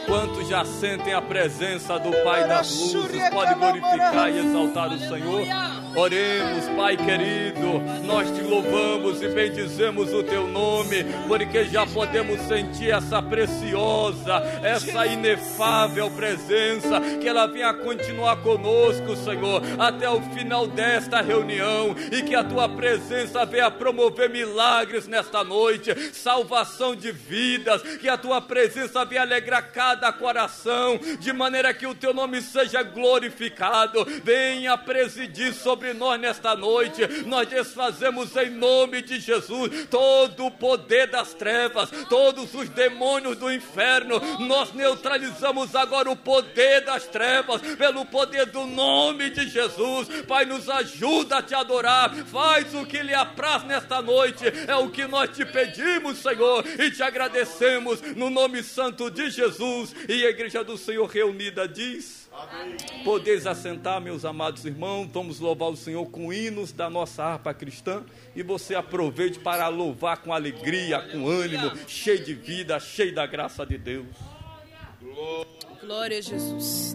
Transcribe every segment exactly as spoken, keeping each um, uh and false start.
Quantos já sentem a presença do Pai das luzes, pode glorificar e exaltar o Senhor. Oremos, Pai querido, nós te louvamos e bendizemos o teu nome, porque já podemos sentir essa preciosa, essa inefável presença, que ela venha continuar conosco, Senhor, até o final desta reunião, e que a tua presença venha promover milagres nesta noite, salvação de vidas, que a tua presença venha alegrar cada coração, de maneira que o teu nome seja glorificado. Venha presidir sobre nós nesta noite. Nós desfazemos em nome de Jesus todo o poder das trevas, todos os demônios do inferno. Nós neutralizamos agora o poder das trevas pelo poder do nome de Jesus. Pai, nos ajuda a te adorar, faz o que lhe apraz nesta noite, é o que nós te pedimos, Senhor, e te agradecemos no nome santo de Jesus. E a igreja do Senhor reunida diz: amém. Podeis assentar, meus amados irmãos. Vamos louvar o Senhor com hinos da nossa harpa cristã, e você aproveite para louvar com alegria, com ânimo, cheio de vida, cheio da graça de Deus. Glória a Jesus.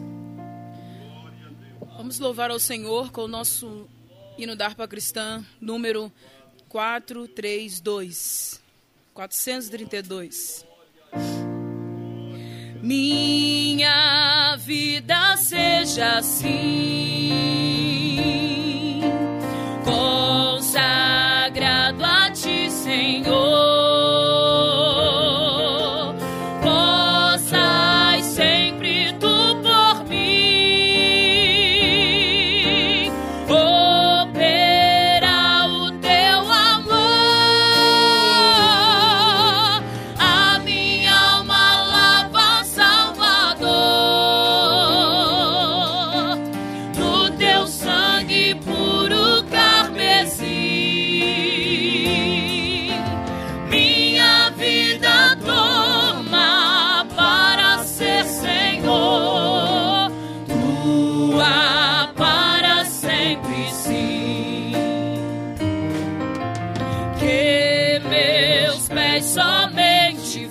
Vamos louvar ao Senhor com o nosso hino da harpa cristã, número quatrocentos e trinta e dois. quatrocentos e trinta e dois. Minha vida seja assim, consagrado a ti, Senhor. Possas sempre tu por mim operar o teu amor. A minha alma lava, Salvador, no teu sangue puro carmesim. Minha vida toma para ser Senhor, tua para sempre, sim. Que meus pés somente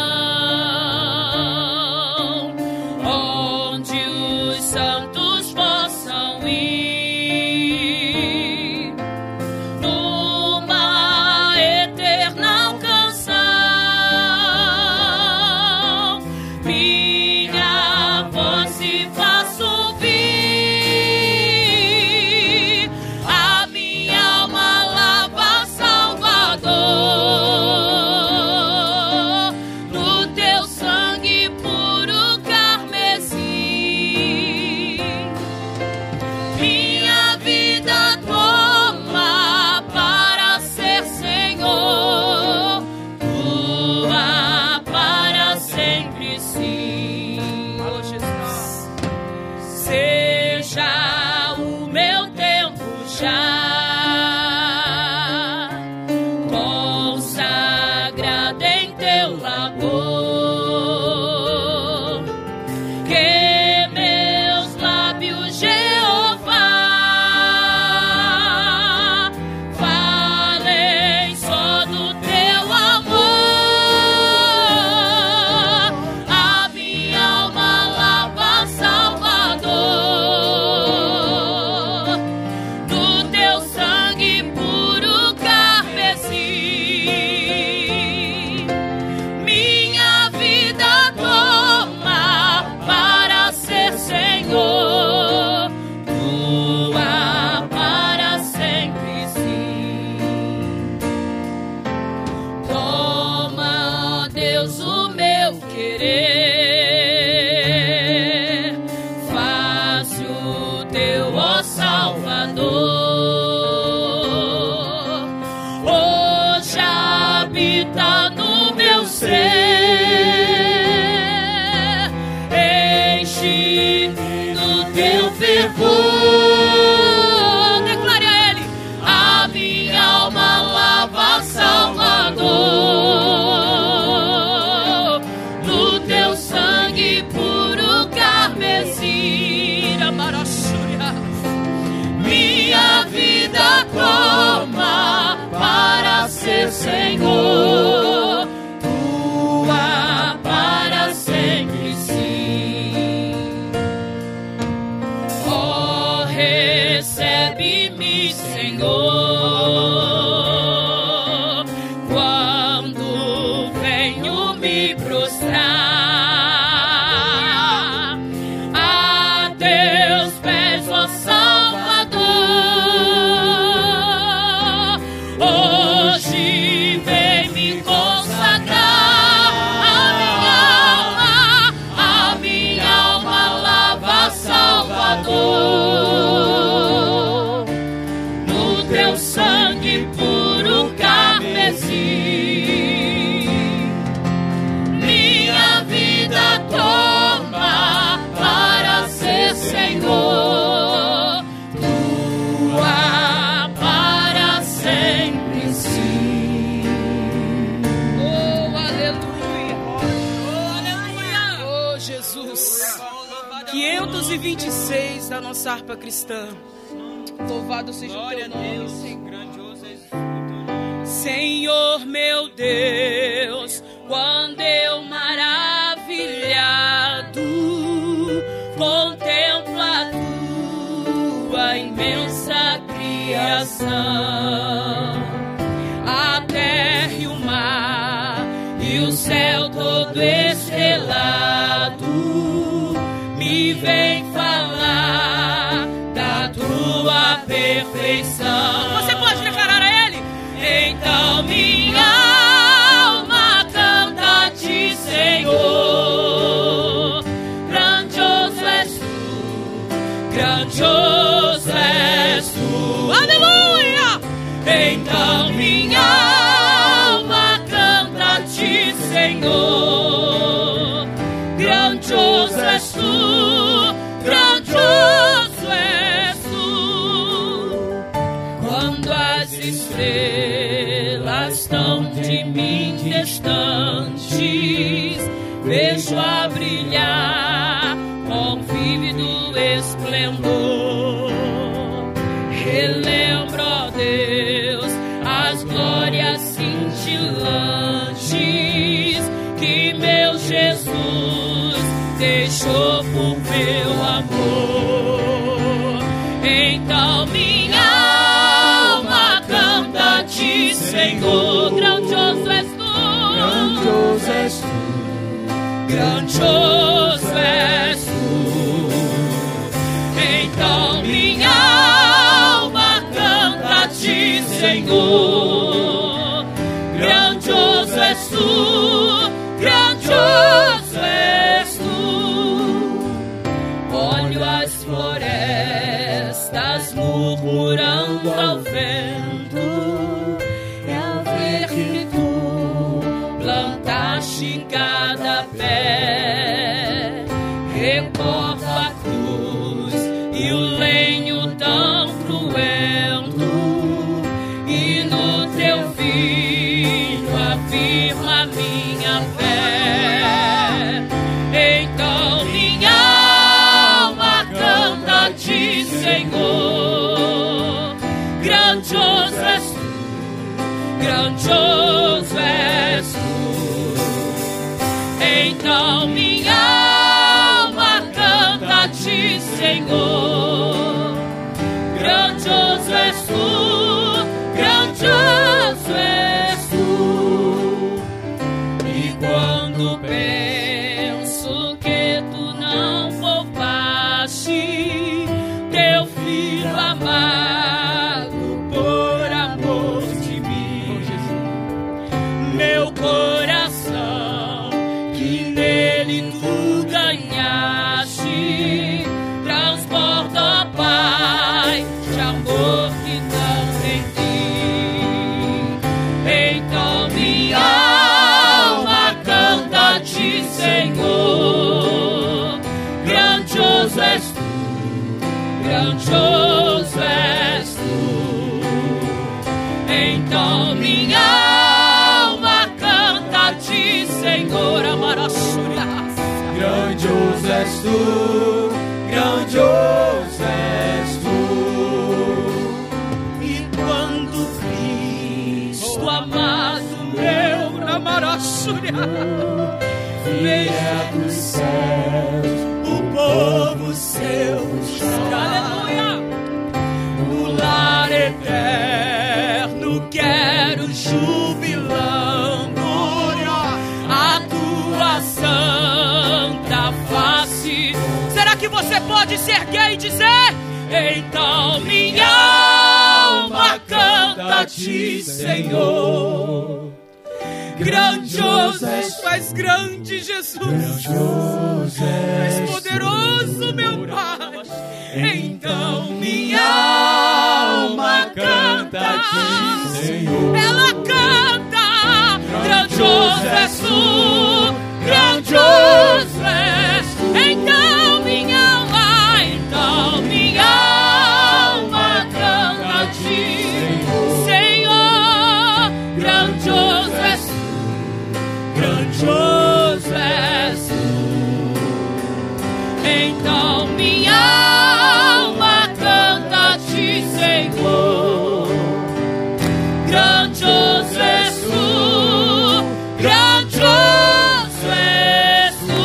vão onde os santos possam ir, numa eterna alcançar. Minha voz se faça ouvir, a minha alma lava, Salvador, no teu sangue puro carmesim. Minha vida toma para ser Senhor, tua para sempre, sim. Oh, Jesus. Seja o meu tempo já consagrado em teu labor, que meus lábios, Jeová, falem só do teu amor. A minha alma lava, Salvador, do teu sangue puro carmesim. Minha vida toma para ser Senhor, tua para sempre, sim. Toma, ó Deus, o meu querer, faça o teu, ó Salvador, hoje habita no meu ser, enche do teu fervor. Declare a ele: a minha alma lava, Salvador, no teu sangue puro carmesim. Amarachúria. Minha vida toma para ser Senhor, tua para sempre, sim. Jesus. quinhentos e vinte e seis da nossa harpa cristã. Louvado seja o teu nome, Senhor. Senhor meu Deus, quando eu maravilhado contemplo a tua imensa criação, a terra e o mar e o céu todo estrelado, me vem falar da tua perfeição. Você pode declarar a Ele? Então minha alma canta a Ti, Senhor. Grandioso és Tu, grandioso és Tu. Aleluia! Então minha alma canta a Ti, Senhor. Grandioso és Tu, grandioso és Tu. Quando as estrelas estão de mim distantes, vejo a brilhar com vívido esplendor. Relembro, ó Deus, as glórias cintilantes que meu Jesus deixou por meu amor. Então minha alma canta a Ti, Senhor. Grandioso és Tu, grandioso és Tu, grandioso és Tu. Então minha alma canta a Ti, Senhor. Grandioso és Tu, grandioso és Tu. Olho as florestas murmurando ao vento, e ao ver que Tu plantaste em cada pé, recordo a cruz e o lenho tão cruento, e no Teu Filho afirma minha fé. Então minha alma canta a Ti, Senhor. Grandioso és Tu, grandioso és Tu. Então minha alma canta a Ti, Senhor. Grandioso és Tu, grandioso és Tu. E quando penso que Tu não poupaste Teu Filho amado por amor de mim, meu coração que nele Tu ganhaste transborda, ó Pai, de amor que não tem fim. Então minha alma canta a Ti, Senhor. Grandioso és Tu, grandioso és Tu. Então minha alma canta a Ti, Senhor. Amaraxúria. Grandioso és Tu, grandioso és Tu. E quando Cristo amado meu, Amaraxúria, Filha dos céus, o povo Seu buscar, aleluia, no lar eterno quero jubilando a Tua santa face. Será que você pode se erguer e dizer: então minha alma canta a Ti, Senhor. Grandioso és Tu, és grande, Jesus. grandioso És és poderoso, meu Pai. Então minha alma alma canta a Ti, Senhor. ela canta. Grandioso és Tu, grandioso és Tu. Então minha alma, então minha alma canta a Ti, Senhor. Grandioso és Tu, grandioso és Tu. Então minha alma canta-te, Senhor. Grandioso és tu, grandioso és tu.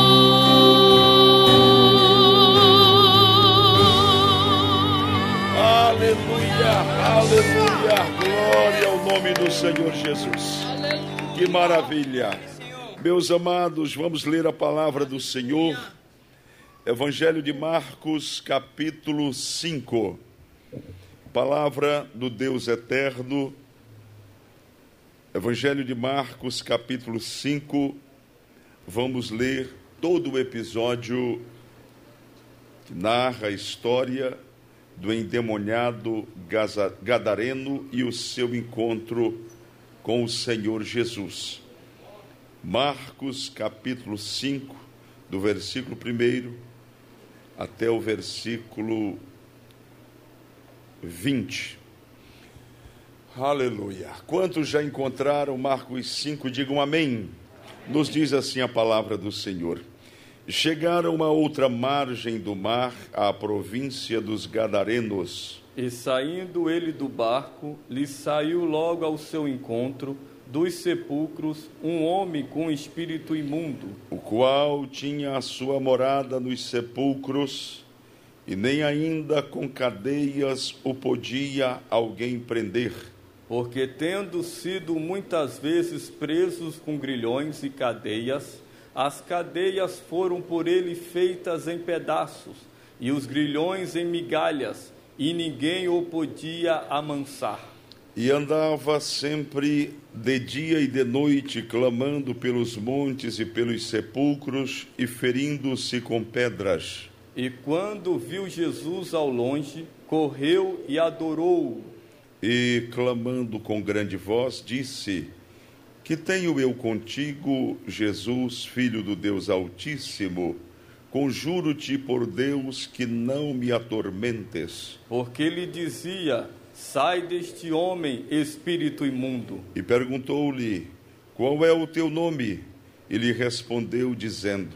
Aleluia, aleluia, glória ao nome do Senhor Jesus. Aleluia. Que maravilha. Meus amados, vamos ler a palavra do Senhor. Evangelho de Marcos, capítulo cinco. Palavra do Deus eterno. Evangelho de Marcos, capítulo cinco. Vamos ler todo o episódio que narra a história do endemoniado gadareno e o seu encontro com o Senhor Jesus. Marcos, capítulo cinco, do versículo primeiro até o versículo vinte. Aleluia. Quantos já encontraram Marcos cinco, digam amém. Nos diz assim a palavra do Senhor. Chegaram a outra margem do mar, à província dos Gadarenos. E saindo ele do barco, lhe saiu logo ao seu encontro dos sepulcros um homem com espírito imundo, o qual tinha a sua morada nos sepulcros, e nem ainda com cadeias o podia alguém prender. Porque tendo sido muitas vezes presos com grilhões e cadeias, as cadeias foram por ele feitas em pedaços, e os grilhões em migalhas, e ninguém o podia amansar. E andava sempre de dia e de noite, clamando pelos montes e pelos sepulcros, e ferindo-se com pedras. E quando viu Jesus ao longe, correu e adorou-o. E, clamando com grande voz, disse: Que tenho eu contigo, Jesus, Filho do Deus Altíssimo? Conjuro-te por Deus que não me atormentes. Porque lhe dizia: Sai deste homem, espírito imundo. E perguntou-lhe: Qual é o teu nome? E lhe respondeu, dizendo: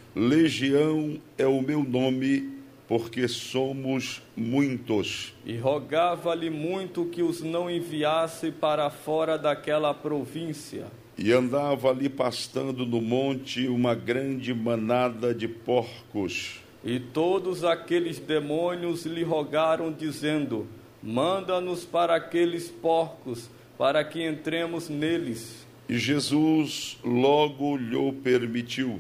Legião é o meu nome, porque somos muitos. E rogava-lhe muito que os não enviasse para fora daquela província. E andava ali pastando no monte uma grande manada de porcos. E todos aqueles demônios lhe rogaram, dizendo: Manda-nos para aqueles porcos, para que entremos neles. E Jesus logo lhe permitiu.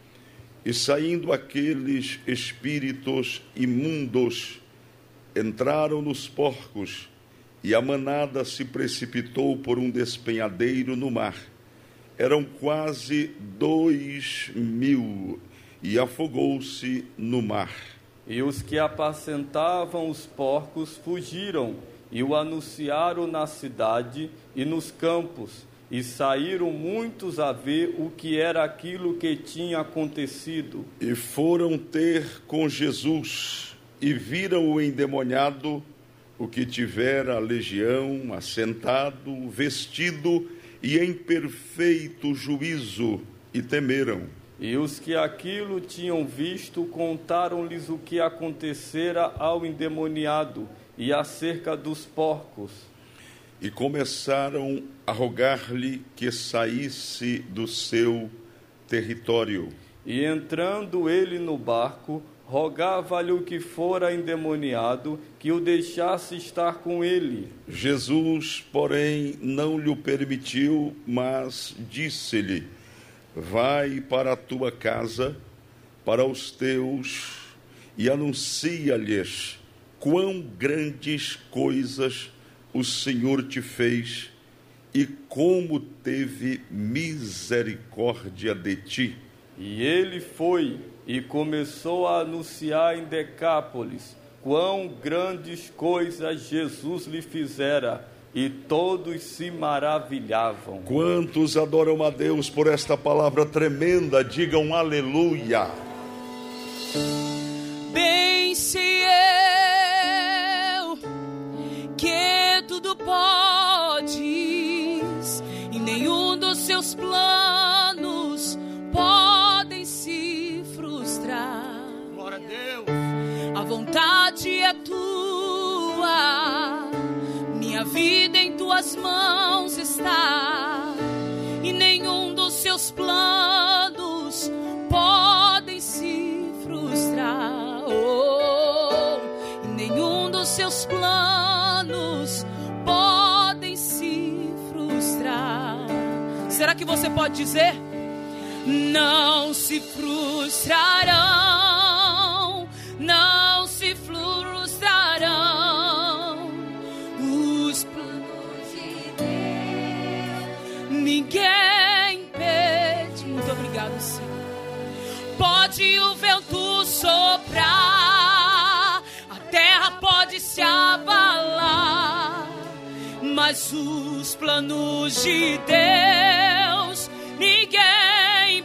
E saindo aqueles espíritos imundos, entraram nos porcos, e a manada se precipitou por um despenhadeiro no mar. Eram quase dois mil, e afogou-se no mar. E os que apacentavam os porcos fugiram, e o anunciaram na cidade e nos campos, e saíram muitos a ver o que era aquilo que tinha acontecido. E foram ter com Jesus, e viram o endemoniado, o que tivera a legião, assentado, vestido e em perfeito juízo, e temeram. E os que aquilo tinham visto contaram-lhes o que acontecera ao endemoniado e acerca dos porcos. E começaram a rogar-lhe que saísse do seu território. E entrando ele no barco, rogava-lhe o que fora endemoniado, que o deixasse estar com ele. Jesus, porém, não lhe permitiu, mas disse-lhe: Vai para a tua casa, para os teus, e anuncia-lhes quão grandes coisas o Senhor te fez e como teve misericórdia de ti. E ele foi e começou a anunciar em Decápolis quão grandes coisas Jesus lhe fizera, e todos se maravilhavam. Quantos adoram a Deus por esta palavra tremenda, digam aleluia. Bem sei eu que tudo podes, e nenhum dos seus planos podem se frustrar. A vontade é tua, minha vida em tuas mãos está, e nenhum dos seus planos podem se frustrar. Oh, e nenhum dos seus planos podem se frustrar. Será que você pode dizer? Não se frustrarão, não se frustrarão os planos de Deus. Ninguém impede. Muito obrigado, Senhor. Pode o vento soprar, a terra pode se abalar, mas os planos de Deus ninguém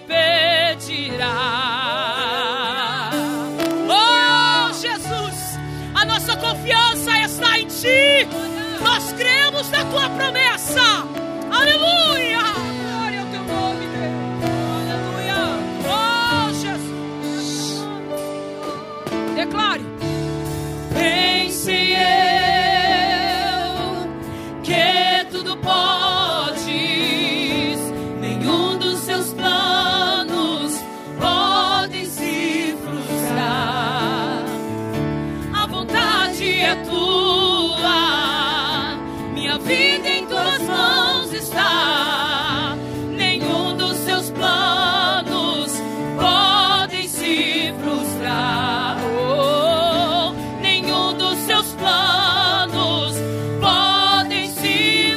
impedirá. Oh, Jesus, a nossa confiança está em Ti. Nós cremos na Tua promessa. Aleluia. Glória ao Teu nome, Deus. Aleluia. Oh, Jesus. Declare. Pensei eu que tudo podes, nenhum dos seus planos podem se frustrar. A vontade é tua, minha vida em tuas mãos está. Nenhum dos seus planos podem se frustrar. Oh, nenhum dos seus planos podem se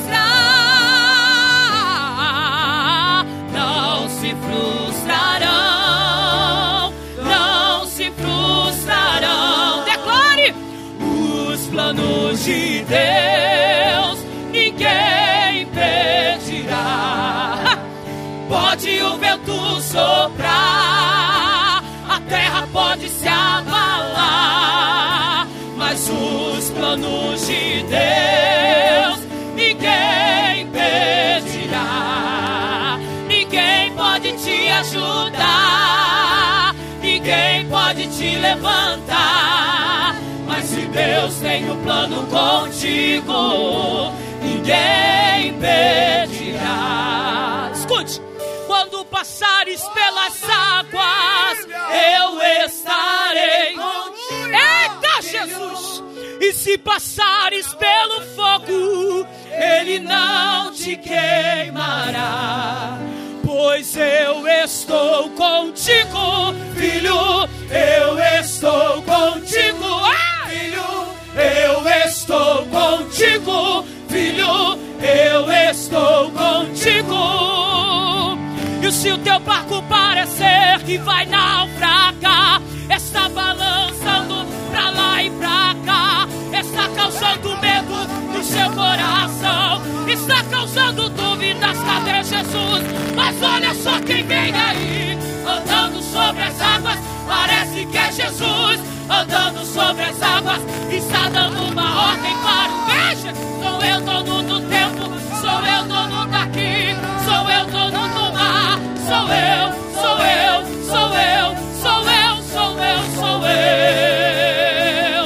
frustrar. Não se frustrarão, não se frustrarão. Declare: os planos de Deus ninguém impedirá. Pode o vento soprar, a terra pode se abalar, mas os planos de Deus ninguém impedirá. Ninguém pode te ajudar, ninguém pode te levantar, mas se Deus tem um plano contigo, ninguém impedirá. Escute: quando passares pelas águas, eu estarei contigo. Eita, Jesus! E se passares pelo fogo, ele não te queimará, pois eu estou contigo, filho. Eu estou contigo, ah! Filho. Eu estou contigo, filho. Eu estou contigo. E se o teu barco parecer que vai naufragar, está balançando pra lá e pra cá, está causando medo no seu coração, está causando dúvidas, cadê Jesus? Mas olha só quem vem aí, andando sobre as águas, parece que é Jesus, andando sobre as águas, está dando uma ordem para o peixe. Sou eu dono do tempo, sou eu dono daqui, sou eu dono do mar, sou eu, sou eu, sou eu, sou eu, sou eu, sou eu.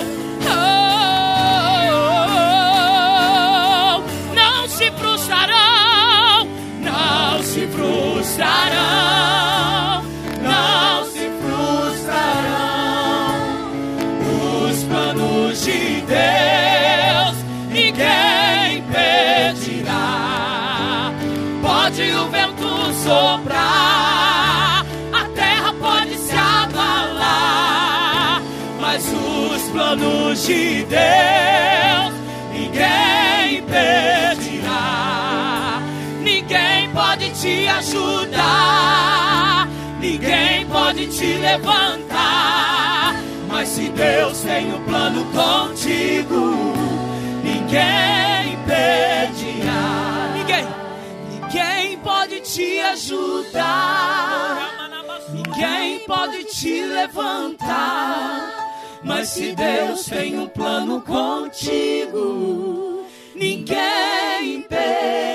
Oh, não se frustrarão, não se frustrarão, não se frustrarão. Os planos de Deus ninguém impedirá. Pode o vento soprar, a terra pode se abalar, mas os planos de Deus ninguém impedirá. Ninguém pode te ajudar, ninguém pode te levantar, mas se Deus tem um plano contigo, ninguém impedirá. Ninguém, ninguém pode te ajudar, ninguém pode te levantar, mas se Deus tem um plano contigo, ninguém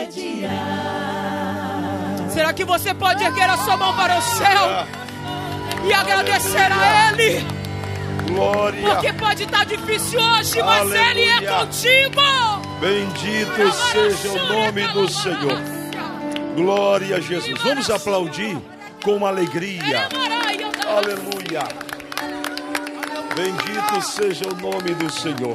impedirá. Será que você pode erguer a sua mão para o céu e agradecer a Ele. Glória. Porque pode estar difícil hoje, mas Aleluia. Ele é contigo. Bendito seja o nome do Senhor. Glória a Jesus. Vamos aplaudir com alegria. Aleluia. Bendito seja o nome do Senhor.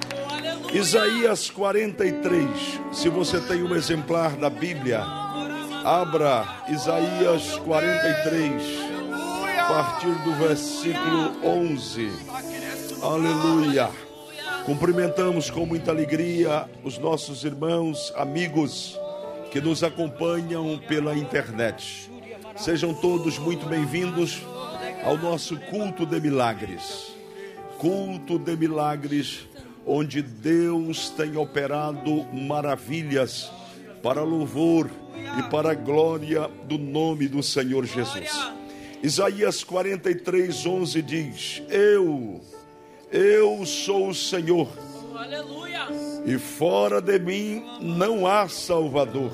Isaías quarenta e três. Se você tem um exemplar da Bíblia, abra Isaías quarenta e três, a partir do versículo onze. Aleluia. Cumprimentamos com muita alegria os nossos irmãos, amigos que nos acompanham pela internet. Sejam todos muito bem-vindos ao nosso culto de milagres. Culto de milagres, onde Deus tem operado maravilhas para louvor e para a glória do nome do Senhor Jesus. Isaías quarenta e três, onze diz: Eu, eu sou o Senhor, e fora de mim não há Salvador.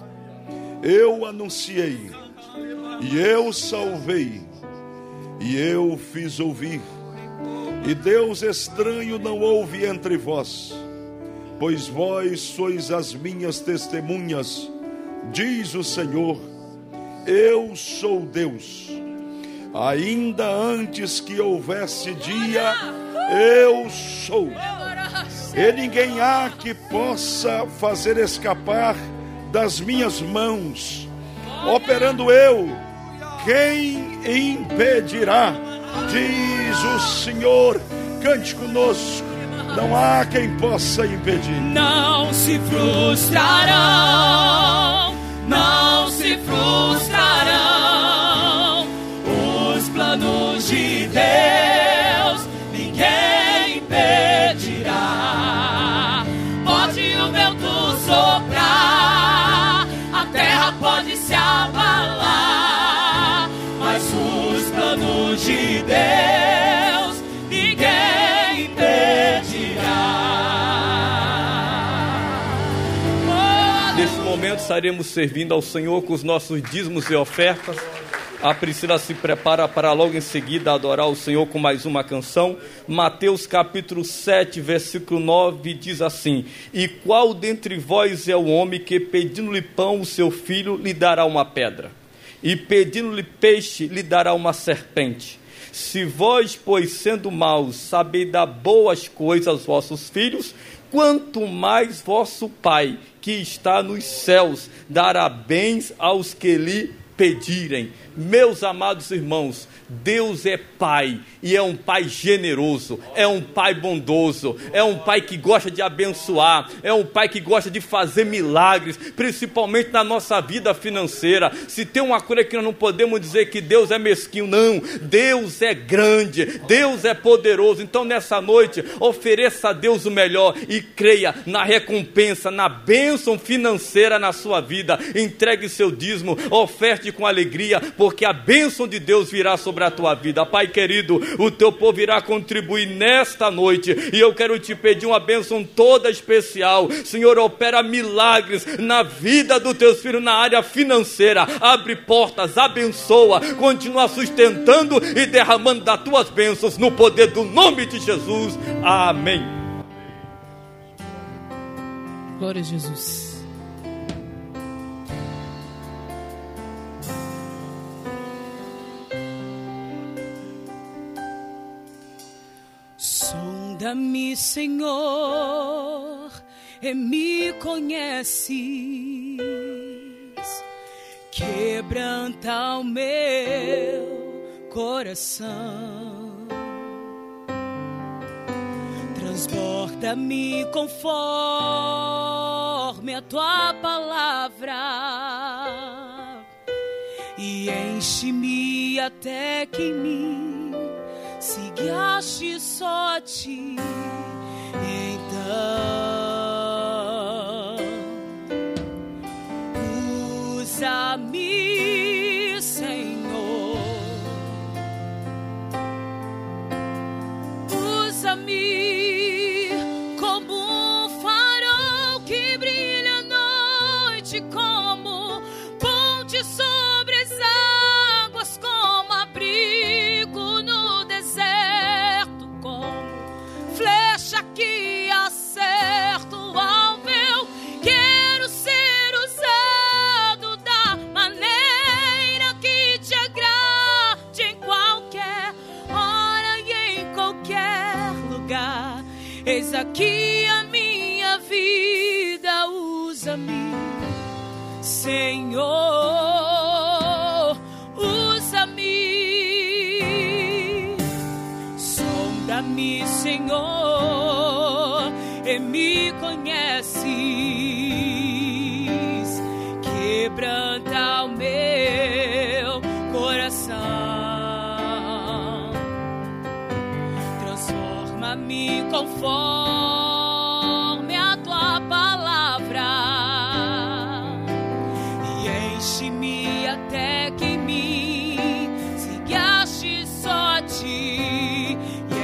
Eu anunciei, e eu salvei, e eu fiz ouvir. E Deus estranho não houve entre vós, pois vós sois as minhas testemunhas, diz o Senhor. Eu sou Deus. Ainda antes que houvesse dia, eu sou. E ninguém há que possa fazer escapar das minhas mãos. Operando eu, quem impedirá? Diz o Senhor. Cante conosco. Não há quem possa impedir. Não se frustrarão, não se frustrarão os planos de Deus, ninguém impedirá. Pode o vento soprar, a terra pode se abalar, mas os planos de Deus, ninguém impedirá. Neste momento estaremos servindo ao Senhor com os nossos dízimos e ofertas. A Priscila se prepara para logo em seguida adorar o Senhor com mais uma canção. Mateus capítulo sete, versículo nove diz assim: E qual dentre vós é o homem que, pedindo-lhe pão, o seu filho lhe dará uma pedra? E pedindo-lhe peixe, lhe dará uma serpente? Se vós, pois, sendo maus, sabeis dar boas coisas aos vossos filhos, quanto mais vosso Pai, que está nos céus, dará bens aos que lhe pedirem. Meus amados irmãos, Deus é Pai, e é um Pai generoso, é um Pai bondoso, é um Pai que gosta de abençoar, é um Pai que gosta de fazer milagres, principalmente na nossa vida financeira. Se tem uma coisa que nós não podemos dizer que Deus é mesquinho, não. Deus é grande, Deus é poderoso. Então nessa noite, ofereça a Deus o melhor e creia na recompensa, na bênção financeira na sua vida. Entregue seu dízimo, oferte com alegria, porque a bênção de Deus virá sobre a tua vida. Pai querido, o teu povo irá contribuir nesta noite, e eu quero te pedir uma bênção toda especial. Senhor, opera milagres na vida dos teus filhos na área financeira. Abre portas, abençoa, continua sustentando e derramando das tuas bênçãos no poder do nome de Jesus. Amém. Glória a Jesus. Sonda-me, Senhor, e me conheces. Quebranta o meu coração. Transborda-me conforme a tua palavra e enche-me até que em mim se guiaste só a ti. Então usa-me, Senhor, usa-me como um farol que brilha à noite, como ponte sobre as águas, como abrigo Eis aqui a minha vida, usa-me, Senhor, usa-me. Sonda-me, Senhor, e me conheces. Quebranta o meu coração. Transforma-me conforme a tua palavra e enche-me até que me sigaste só a ti. E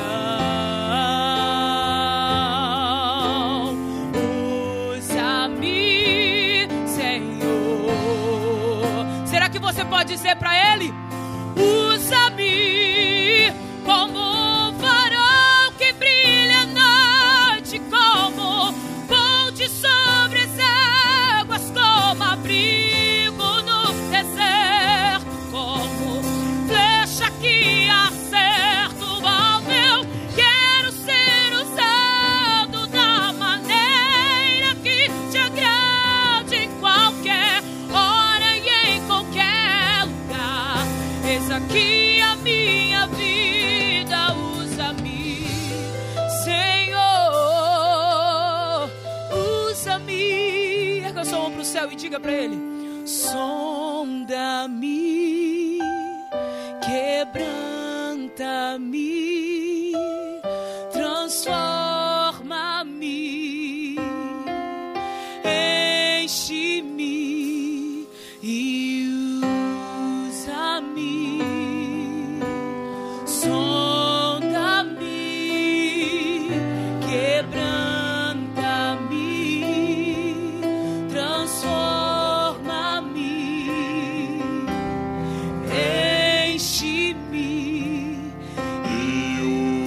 então usa-me, Senhor. Será que você pode dizer para Ele? Usa-me como um farol que brilha à noite, como ponte sobre as águas, como abrigo no deserto, como flecha que acerta o alvo. Eu quero ser usado da maneira que te agrade, em qualquer hora e em qualquer lugar. Eis aqui a minha vida, usa-me, Senhor, usa-me. Erga sua mão para o céu e diga para Ele: sonda-me, quebranta-me, transforma-me, enche-me e usa-me. Sonda-me, quebranta-me, transforma-me, enche-me e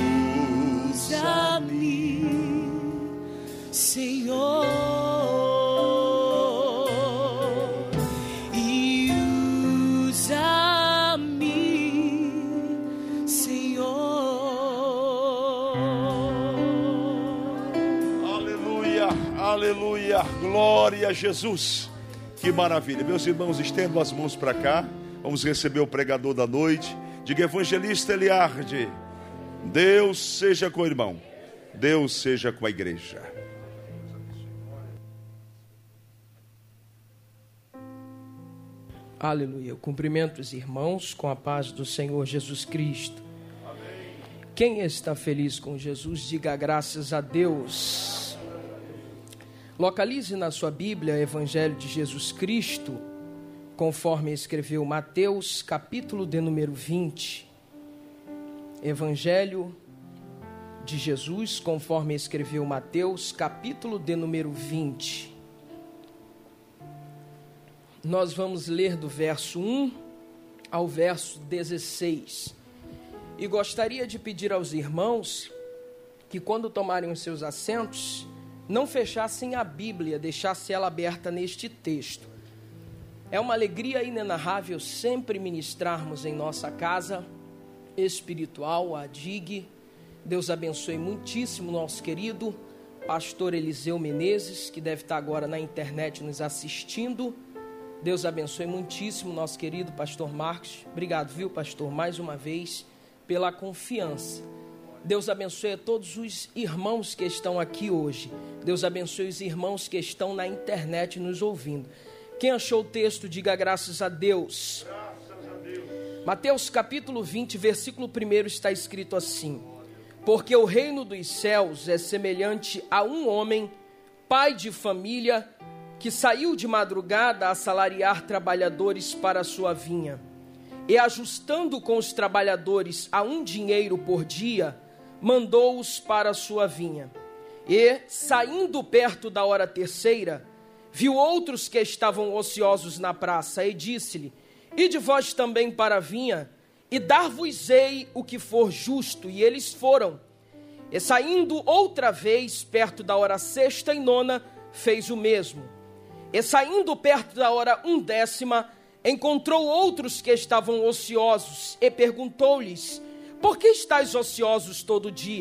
usa-me, Senhor, e usa-me, Senhor. Aleluia, aleluia, glória a Jesus. Que maravilha. Meus irmãos, estendam as mãos para cá. Vamos receber o pregador da noite. Diga: evangelista Eliarde, Deus seja com o irmão, Deus seja com a igreja. Aleluia. Eu cumprimento os irmãos com a paz do Senhor Jesus Cristo. Quem está feliz com Jesus, diga graças a Deus. Localize na sua Bíblia Evangelho de Jesus Cristo, conforme escreveu Mateus, capítulo de número vinte. Evangelho de Jesus, conforme escreveu Mateus, capítulo de número vinte. Nós vamos ler do verso um ao verso dezesseis. E gostaria de pedir aos irmãos que, quando tomarem os seus assentos, não fechassem a Bíblia, deixassem ela aberta neste texto. É uma alegria inenarrável sempre ministrarmos em nossa casa espiritual, a D I G. Deus abençoe muitíssimo nosso querido pastor Eliseu Menezes, que deve estar agora na internet nos assistindo. Deus abençoe muitíssimo nosso querido pastor Marcos. Obrigado, viu, pastor, mais uma vez, pela confiança. Deus abençoe a todos os irmãos que estão aqui hoje. Deus abençoe os irmãos que estão na internet nos ouvindo. Quem achou o texto, diga graças a Deus. Graças a Deus. Mateus capítulo vinte, versículo um está escrito assim: porque o reino dos céus é semelhante a um homem, pai de família, que saiu de madrugada a assalariar trabalhadores para a sua vinha. E ajustando com os trabalhadores a um dinheiro por dia, mandou-os para a sua vinha. E, saindo perto da hora terceira, viu outros que estavam ociosos na praça, e disse-lhe: ide vós também para a vinha, e dar-vos-ei o que for justo. E eles foram. E saindo outra vez, perto da hora sexta e nona, fez o mesmo. E saindo perto da hora undécima, encontrou outros que estavam ociosos, e perguntou-lhes: por que estáis ociosos todo dia?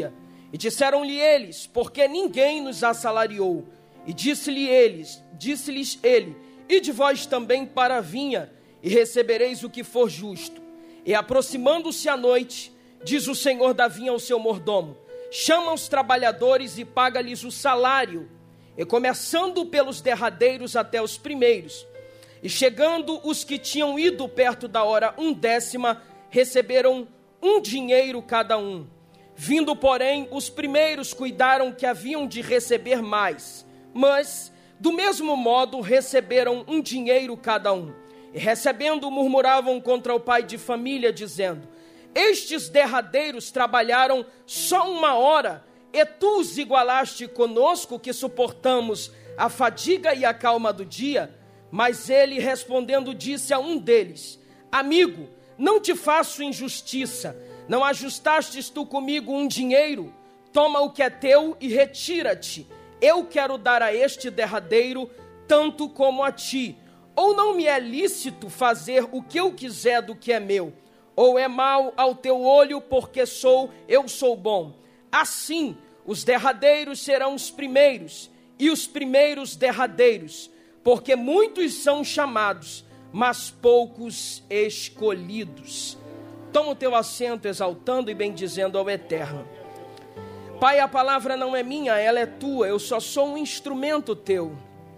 E disseram-lhe eles: porque ninguém nos assalariou? E disse-lhe eles, disse-lhes ele: ide vós também para a vinha, e recebereis o que for justo. E aproximando-se a noite, diz o senhor da vinha ao seu mordomo: chama os trabalhadores e paga-lhes o salário, e começando pelos derradeiros até os primeiros. E chegando os que tinham ido perto da hora undécima, receberam um dinheiro cada um. Vindo, porém, os primeiros cuidaram que haviam de receber mais, mas, do mesmo modo, receberam um dinheiro cada um. E recebendo, murmuravam contra o pai de família, dizendo: estes derradeiros trabalharam só uma hora, e tu os igualaste conosco, que suportamos a fadiga e a calma do dia? Mas ele, respondendo, disse a um deles: amigo, não te faço injustiça. Não ajustastes tu comigo um dinheiro? Toma o que é teu e retira-te. Eu quero dar a este derradeiro tanto como a ti. Ou não me é lícito fazer o que eu quiser do que é meu? Ou é mal ao teu olho, porque sou, eu sou bom? Assim, os derradeiros serão os primeiros, e os primeiros derradeiros, porque muitos são chamados, mas poucos escolhidos. Toma o teu assento, exaltando e bendizendo ao Eterno. Pai, a palavra não é minha, ela é tua, eu só sou um instrumento teu.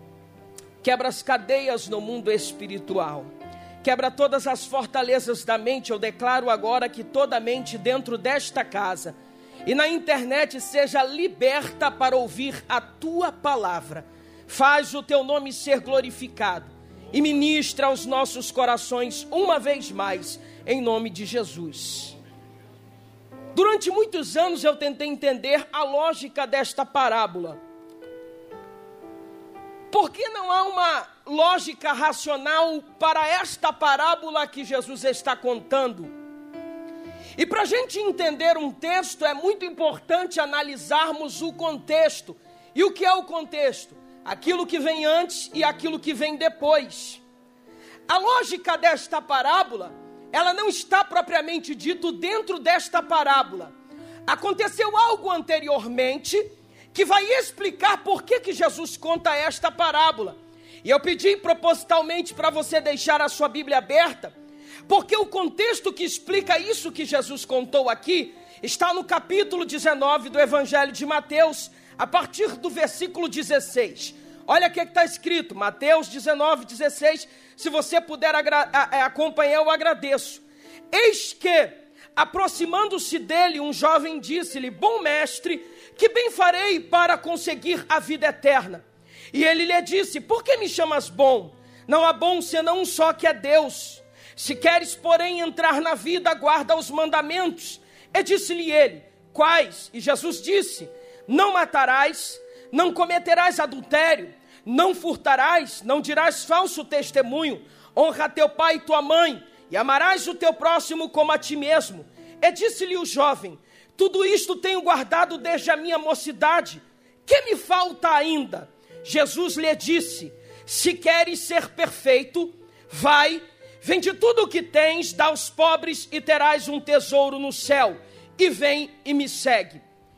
Quebra as cadeias no mundo espiritual. Quebra todas as fortalezas da mente. Eu declaro agora que toda mente dentro desta casa e na internet seja liberta para ouvir a tua palavra. Faz o teu nome ser glorificado e ministra aos nossos corações uma vez mais, em nome de Jesus. Durante muitos anos eu tentei entender a lógica desta parábola. Por que não há uma lógica racional para esta parábola que Jesus está contando? E para a gente entender um texto, é muito importante analisarmos o contexto. E o que é o contexto? Aquilo que vem antes e aquilo que vem depois. A lógica desta parábola, ela não está propriamente dito dentro desta parábola. Aconteceu algo anteriormente que vai explicar por que, que Jesus conta esta parábola. E eu pedi propositalmente para você deixar a sua Bíblia aberta, porque o contexto que explica isso que Jesus contou aqui está no capítulo dezenove do Evangelho de Mateus, a partir do versículo dezesseis. Olha o que está escrito, Mateus dezenove, dezesseis. Se você puder agra- a- acompanhar, eu agradeço. Eis que, aproximando-se dele, um jovem disse-lhe: bom mestre, que bem farei para conseguir a vida eterna? E ele lhe disse: por que me chamas bom? Não há bom senão um só, que é Deus. Se queres, porém, entrar na vida, guarda os mandamentos. E disse-lhe ele: quais? E Jesus disse: não matarás, não cometerás adultério, não furtarás, não dirás falso testemunho, honra teu pai e tua mãe, e amarás o teu próximo como a ti mesmo. E disse-lhe o jovem: tudo isto tenho guardado desde a minha mocidade. Que me falta ainda? Jesus lhe disse: se queres ser perfeito, vai, vende tudo o que tens, dá aos pobres e terás um tesouro no céu. E vem e me segue.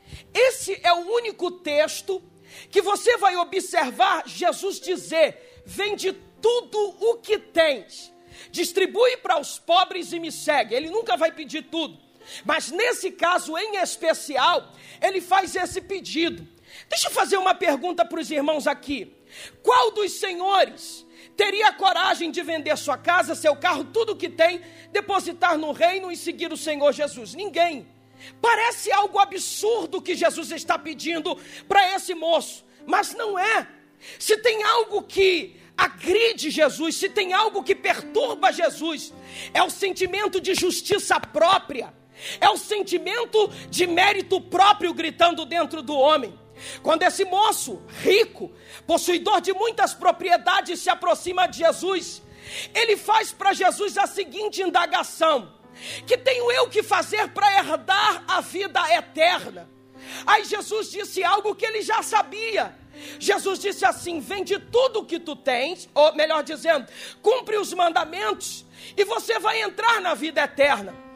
Esse é o único texto que você vai observar Jesus dizer: vende tudo o que tens, distribui para os pobres e me segue. Ele nunca vai pedir tudo, mas nesse caso em especial, ele faz esse pedido. Deixa eu fazer uma pergunta para os irmãos aqui. Qual dos senhores teria coragem de vender sua casa, seu carro, tudo o que tem, depositar no reino e seguir o Senhor Jesus? Ninguém. Parece algo absurdo que Jesus está pedindo para esse moço, mas não é. Se tem algo que agride Jesus, se tem algo que perturba Jesus, é o sentimento de justiça própria, é o sentimento de mérito próprio gritando dentro do homem. Quando esse moço rico, possuidor de muitas propriedades, se aproxima de Jesus, ele faz para Jesus a seguinte indagação: que tenho eu que fazer para herdar a vida eterna? Aí Jesus disse algo que ele já sabia. Jesus disse assim: vende tudo o que tu tens, ou melhor dizendo, cumpre os mandamentos, e você vai entrar na vida eterna.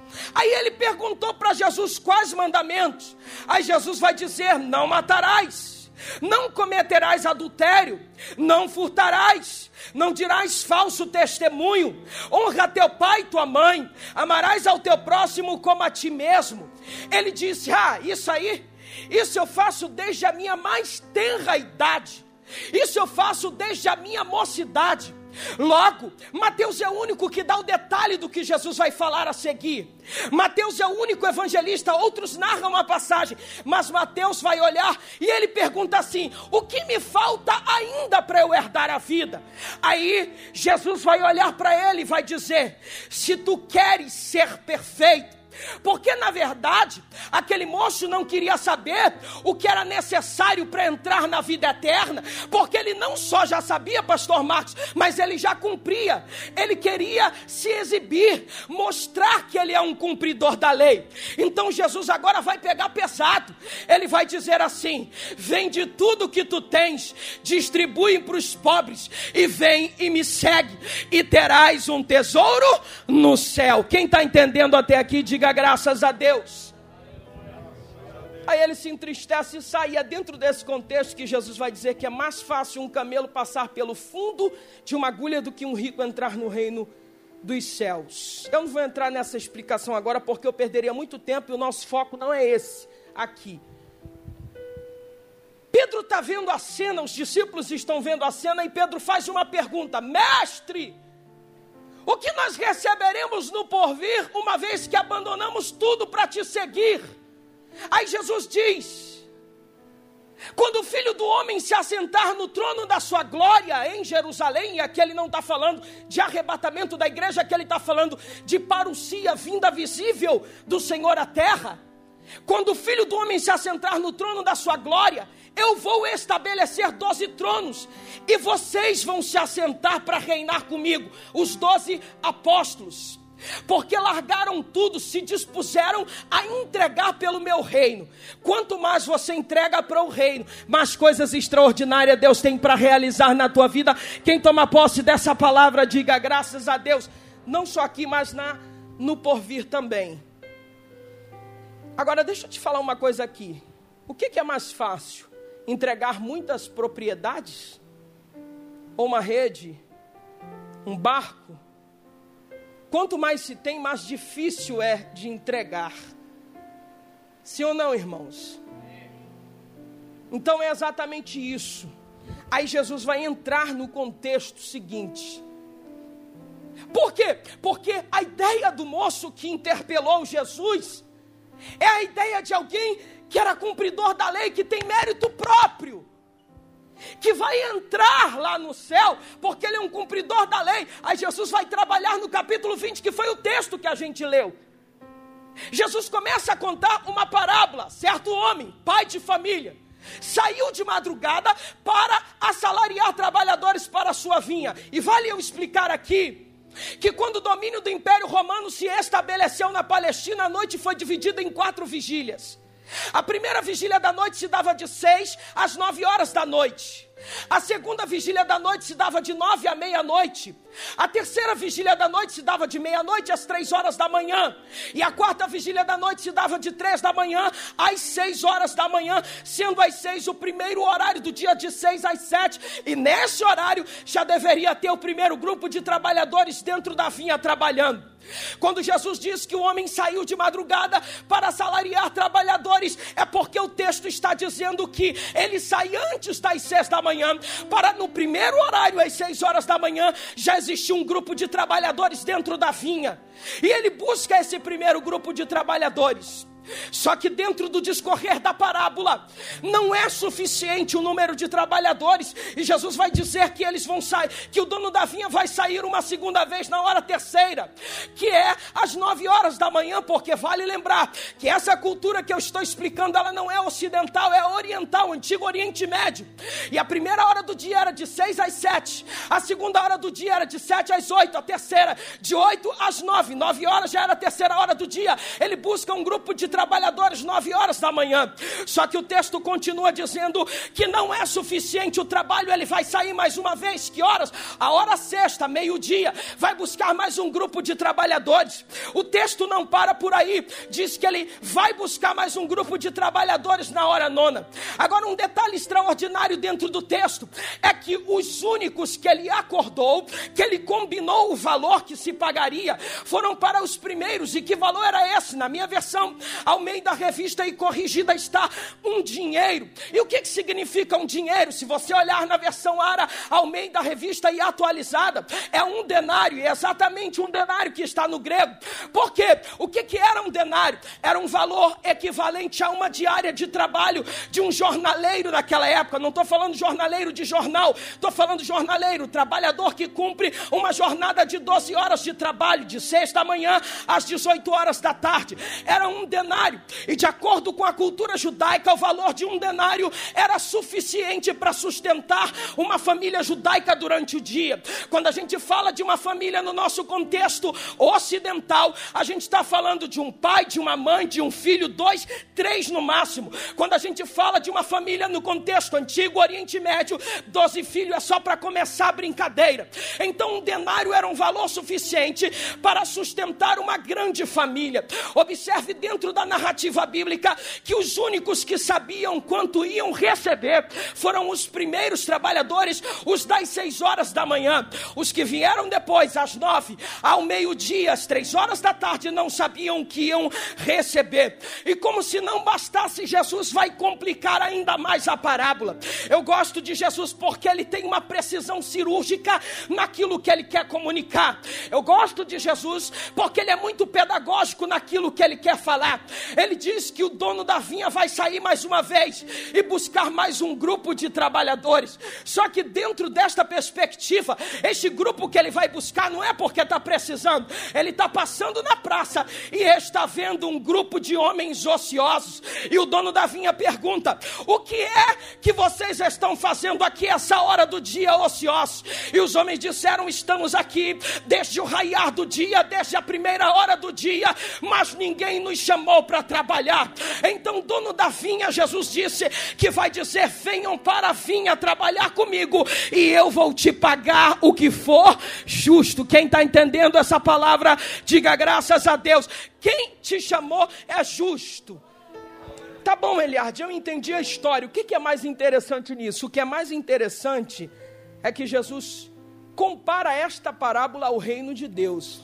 Aí ele perguntou para Jesus quais mandamentos. Aí Jesus vai dizer: não matarás, não cometerás adultério, não furtarás, não dirás falso testemunho, honra teu pai e tua mãe, amarás ao teu próximo como a ti mesmo. Ele disse: ah, isso aí, isso eu faço desde a minha mais tenra idade, isso eu faço desde a minha mocidade. Logo, Mateus é o único que dá o detalhe do que Jesus vai falar a seguir. Mateus é o único evangelista, outros narram a passagem, mas Mateus vai olhar e ele pergunta assim: o que me falta ainda para eu herdar a vida? Aí Jesus vai olhar para ele e vai dizer: se tu queres ser perfeito. Porque na verdade, aquele moço não queria saber o que era necessário para entrar na vida eterna, porque ele não só já sabia, pastor Marcos, mas ele já cumpria. Ele queria se exibir, mostrar que ele é um cumpridor da lei. Então Jesus agora vai pegar pesado. Ele vai dizer assim: vende tudo que tu tens, distribui para os pobres e vem e me segue, e terás um tesouro no céu. Quem está entendendo até aqui, diga graças a Deus. Aí ele se entristece e sai. É dentro desse contexto que Jesus vai dizer que é mais fácil um camelo passar pelo fundo de uma agulha do que um rico entrar no reino dos céus. Eu não vou entrar nessa explicação agora, porque eu perderia muito tempo e o nosso foco não é esse aqui. Pedro está vendo a cena, os discípulos estão vendo a cena, e Pedro faz uma pergunta: mestre, o que nós receberemos no porvir, uma vez que abandonamos tudo para te seguir? Aí Jesus diz: quando o Filho do Homem se assentar no trono da sua glória em Jerusalém, e aqui ele não está falando de arrebatamento da igreja, aqui ele está falando de parousia, vinda visível do Senhor à terra. Quando o Filho do Homem se assentar no trono da sua glória, eu vou estabelecer doze tronos, e vocês vão se assentar para reinar comigo, os doze apóstolos, porque largaram tudo, se dispuseram a entregar pelo meu reino. Quanto mais você entrega para o reino, mais coisas extraordinárias Deus tem para realizar na tua vida. Quem toma posse dessa palavra, diga graças a Deus, não só aqui, mas na, no porvir também. Agora deixa eu te falar uma coisa aqui. O que, que é mais fácil? Entregar muitas propriedades? Ou uma rede? Um barco? Quanto mais se tem, mais difícil é de entregar. Sim ou não, irmãos? Então é exatamente isso. Aí Jesus vai entrar no contexto seguinte. Por quê? Porque a ideia do moço que interpelou Jesus é a ideia de alguém que era cumpridor da lei, que tem mérito próprio, que vai entrar lá no céu, porque ele é um cumpridor da lei. Aí Jesus vai trabalhar no capítulo vinte, que foi o texto que a gente leu. Jesus começa a contar uma parábola. Certo homem, pai de família, saiu de madrugada para assalariar trabalhadores para a sua vinha. E vale eu explicar aqui que quando o domínio do Império Romano se estabeleceu na Palestina, a noite foi dividida em quatro vigílias. A primeira vigília da noite se dava de seis às nove horas da noite. A segunda vigília da noite se dava de nove à meia-noite. A terceira vigília da noite se dava de meia-noite às três horas da manhã. E a quarta vigília da noite se dava de três da manhã às seis horas da manhã, sendo às seis o primeiro horário do dia, de seis às sete. E nesse horário já deveria ter o primeiro grupo de trabalhadores dentro da vinha trabalhando. Quando Jesus diz que o homem saiu de madrugada para assalariar trabalhadores, é porque o texto está dizendo que ele sai antes das seis da manhã, para no primeiro horário, às seis horas da manhã, já existia um grupo de trabalhadores dentro da vinha. E ele busca esse primeiro grupo de trabalhadores. Só que dentro do discorrer da parábola, não é suficiente o número de trabalhadores, e Jesus vai dizer que eles vão sair, que o dono da vinha vai sair uma segunda vez na hora terceira, que é às nove horas da manhã, porque vale lembrar que essa cultura que eu estou explicando, ela não é ocidental, é oriental, antigo Oriente Médio. E a primeira hora do dia era de seis às sete, a segunda hora do dia era de sete às oito, a terceira de oito às nove, nove horas já era a terceira hora do dia. Ele busca um grupo de trabalhadores, nove horas da manhã. Só que o texto continua dizendo que não é suficiente o trabalho, ele vai sair mais uma vez. Que horas? A hora sexta, meio-dia, vai buscar mais um grupo de trabalhadores. O texto não para por aí, diz que ele vai buscar mais um grupo de trabalhadores na hora nona. Agora, um detalhe extraordinário dentro do texto é que os únicos que ele acordou, que ele combinou o valor que se pagaria, foram para os primeiros. E que valor era esse? Na minha versão Almeida Revista e Corrigida está um dinheiro. E o que, que significa um dinheiro? Se você olhar na versão Ara, Almeida Revista e Atualizada, é um denário, é exatamente um denário que está no grego. Por quê? O que, que era um denário? Era um valor equivalente a uma diária de trabalho de um jornaleiro naquela época. Não estou falando jornaleiro de jornal, estou falando jornaleiro, trabalhador que cumpre uma jornada de doze horas de trabalho, de seis da manhã às dezoito horas da tarde. Era um denário, e de acordo com a cultura judaica, o valor de um denário era suficiente para sustentar uma família judaica durante o dia. Quando a gente fala de uma família no nosso contexto ocidental, a gente está falando de um pai, de uma mãe, de um filho, dois, três no máximo. Quando a gente fala de uma família no contexto antigo, Oriente Médio, doze filhos é só para começar a brincadeira. Então um denário era um valor suficiente para sustentar uma grande família. Observe dentro da narrativa bíblica que os únicos que sabiam quanto iam receber foram os primeiros trabalhadores, os das seis horas da manhã. Os que vieram depois, às nove, ao meio-dia, às três horas da tarde, não sabiam o que iam receber. E como se não bastasse, Jesus vai complicar ainda mais a parábola. Eu gosto de Jesus porque ele tem uma precisão cirúrgica naquilo que ele quer comunicar. Eu gosto de Jesus porque ele é muito pedagógico naquilo que ele quer falar. Ele diz que o dono da vinha vai sair mais uma vez e buscar mais um grupo de trabalhadores. Só que dentro desta perspectiva, este grupo que ele vai buscar não é porque está precisando. Ele está passando na praça e está vendo um grupo de homens ociosos. E o dono da vinha pergunta: o que é que vocês estão fazendo aqui essa hora do dia ociosos? E os homens disseram: estamos aqui desde o raiar do dia, desde a primeira hora do dia, mas ninguém nos chamou para trabalhar. Então o dono da vinha, Jesus disse que vai dizer: venham para a vinha trabalhar comigo e eu vou te pagar o que for justo. Quem está entendendo essa palavra, diga graças a Deus. Quem te chamou é justo. Tá bom, Eliade, eu entendi a história. O que, que é mais interessante nisso? O que é mais interessante é que Jesus compara esta parábola ao reino de Deus.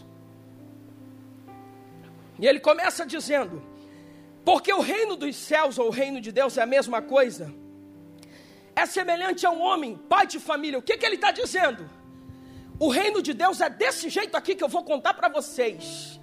E ele começa dizendo: porque o reino dos céus ou o reino de Deus é a mesma coisa, é semelhante a um homem, pai de família. O que, que ele está dizendo? O reino de Deus é desse jeito aqui que eu vou contar para vocês.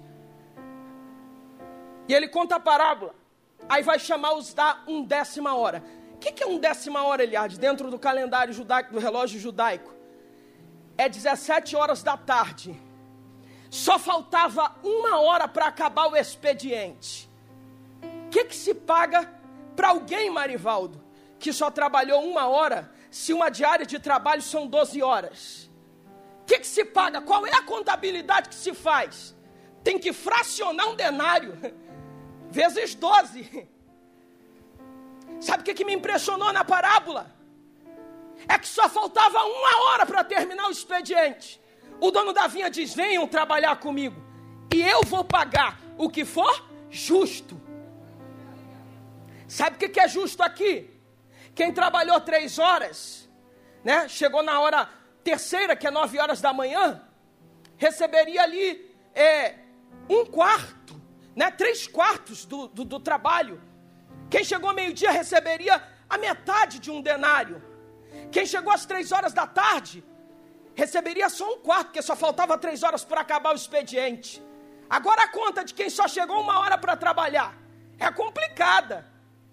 E ele conta a parábola. Aí vai chamar os da undécima hora. O que, que é undécima hora, Eliade? Dentro do calendário judaico, do relógio judaico, é dezessete horas da tarde. Só faltava uma hora para acabar o expediente. O que, que se paga para alguém, Marivaldo, que só trabalhou uma hora, se uma diária de trabalho são doze horas? O que, que se paga? Qual é a contabilidade que se faz? Tem que fracionar um denário vezes doze. Sabe o que, que me impressionou na parábola? É que só faltava uma hora para terminar o expediente. O dono da vinha diz: venham trabalhar comigo e eu vou pagar o que for justo. Sabe o que, que é justo aqui? Quem trabalhou três horas, né, chegou na hora terceira, que é nove horas da manhã, receberia ali é, um quarto, né, três quartos do, do, do trabalho. Quem chegou ao meio-dia receberia a metade de um denário. Quem chegou às três horas da tarde receberia só um quarto, porque só faltava três horas para acabar o expediente. Agora a conta de quem só chegou uma hora para trabalhar é complicada.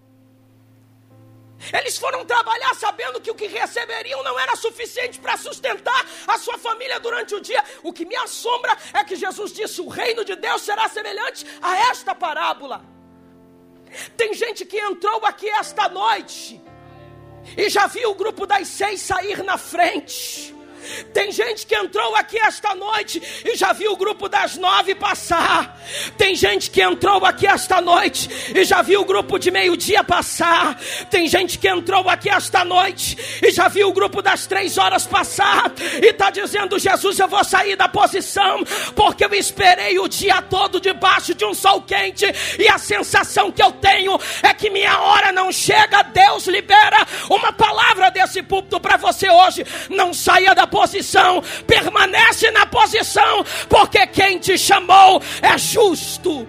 Eles foram trabalhar sabendo que o que receberiam não era suficiente para sustentar a sua família durante o dia. O que me assombra é que Jesus disse: o reino de Deus será semelhante a esta parábola. Tem gente que entrou aqui esta noite e já viu o grupo das seis sair na frente. Tem gente que entrou aqui esta noite e já viu o grupo das nove passar. Tem gente que entrou aqui esta noite e já viu o grupo de meio-dia passar. Tem gente que entrou aqui esta noite e já viu o grupo das três horas passar. E está dizendo: Jesus, eu vou sair da posição, porque eu esperei o dia todo debaixo de um sol quente. E a sensação que eu tenho é que minha hora não chega. Deus libera uma palavra desse púlpito para você hoje. Não saia da posição, permanece na posição, porque quem te chamou é justo.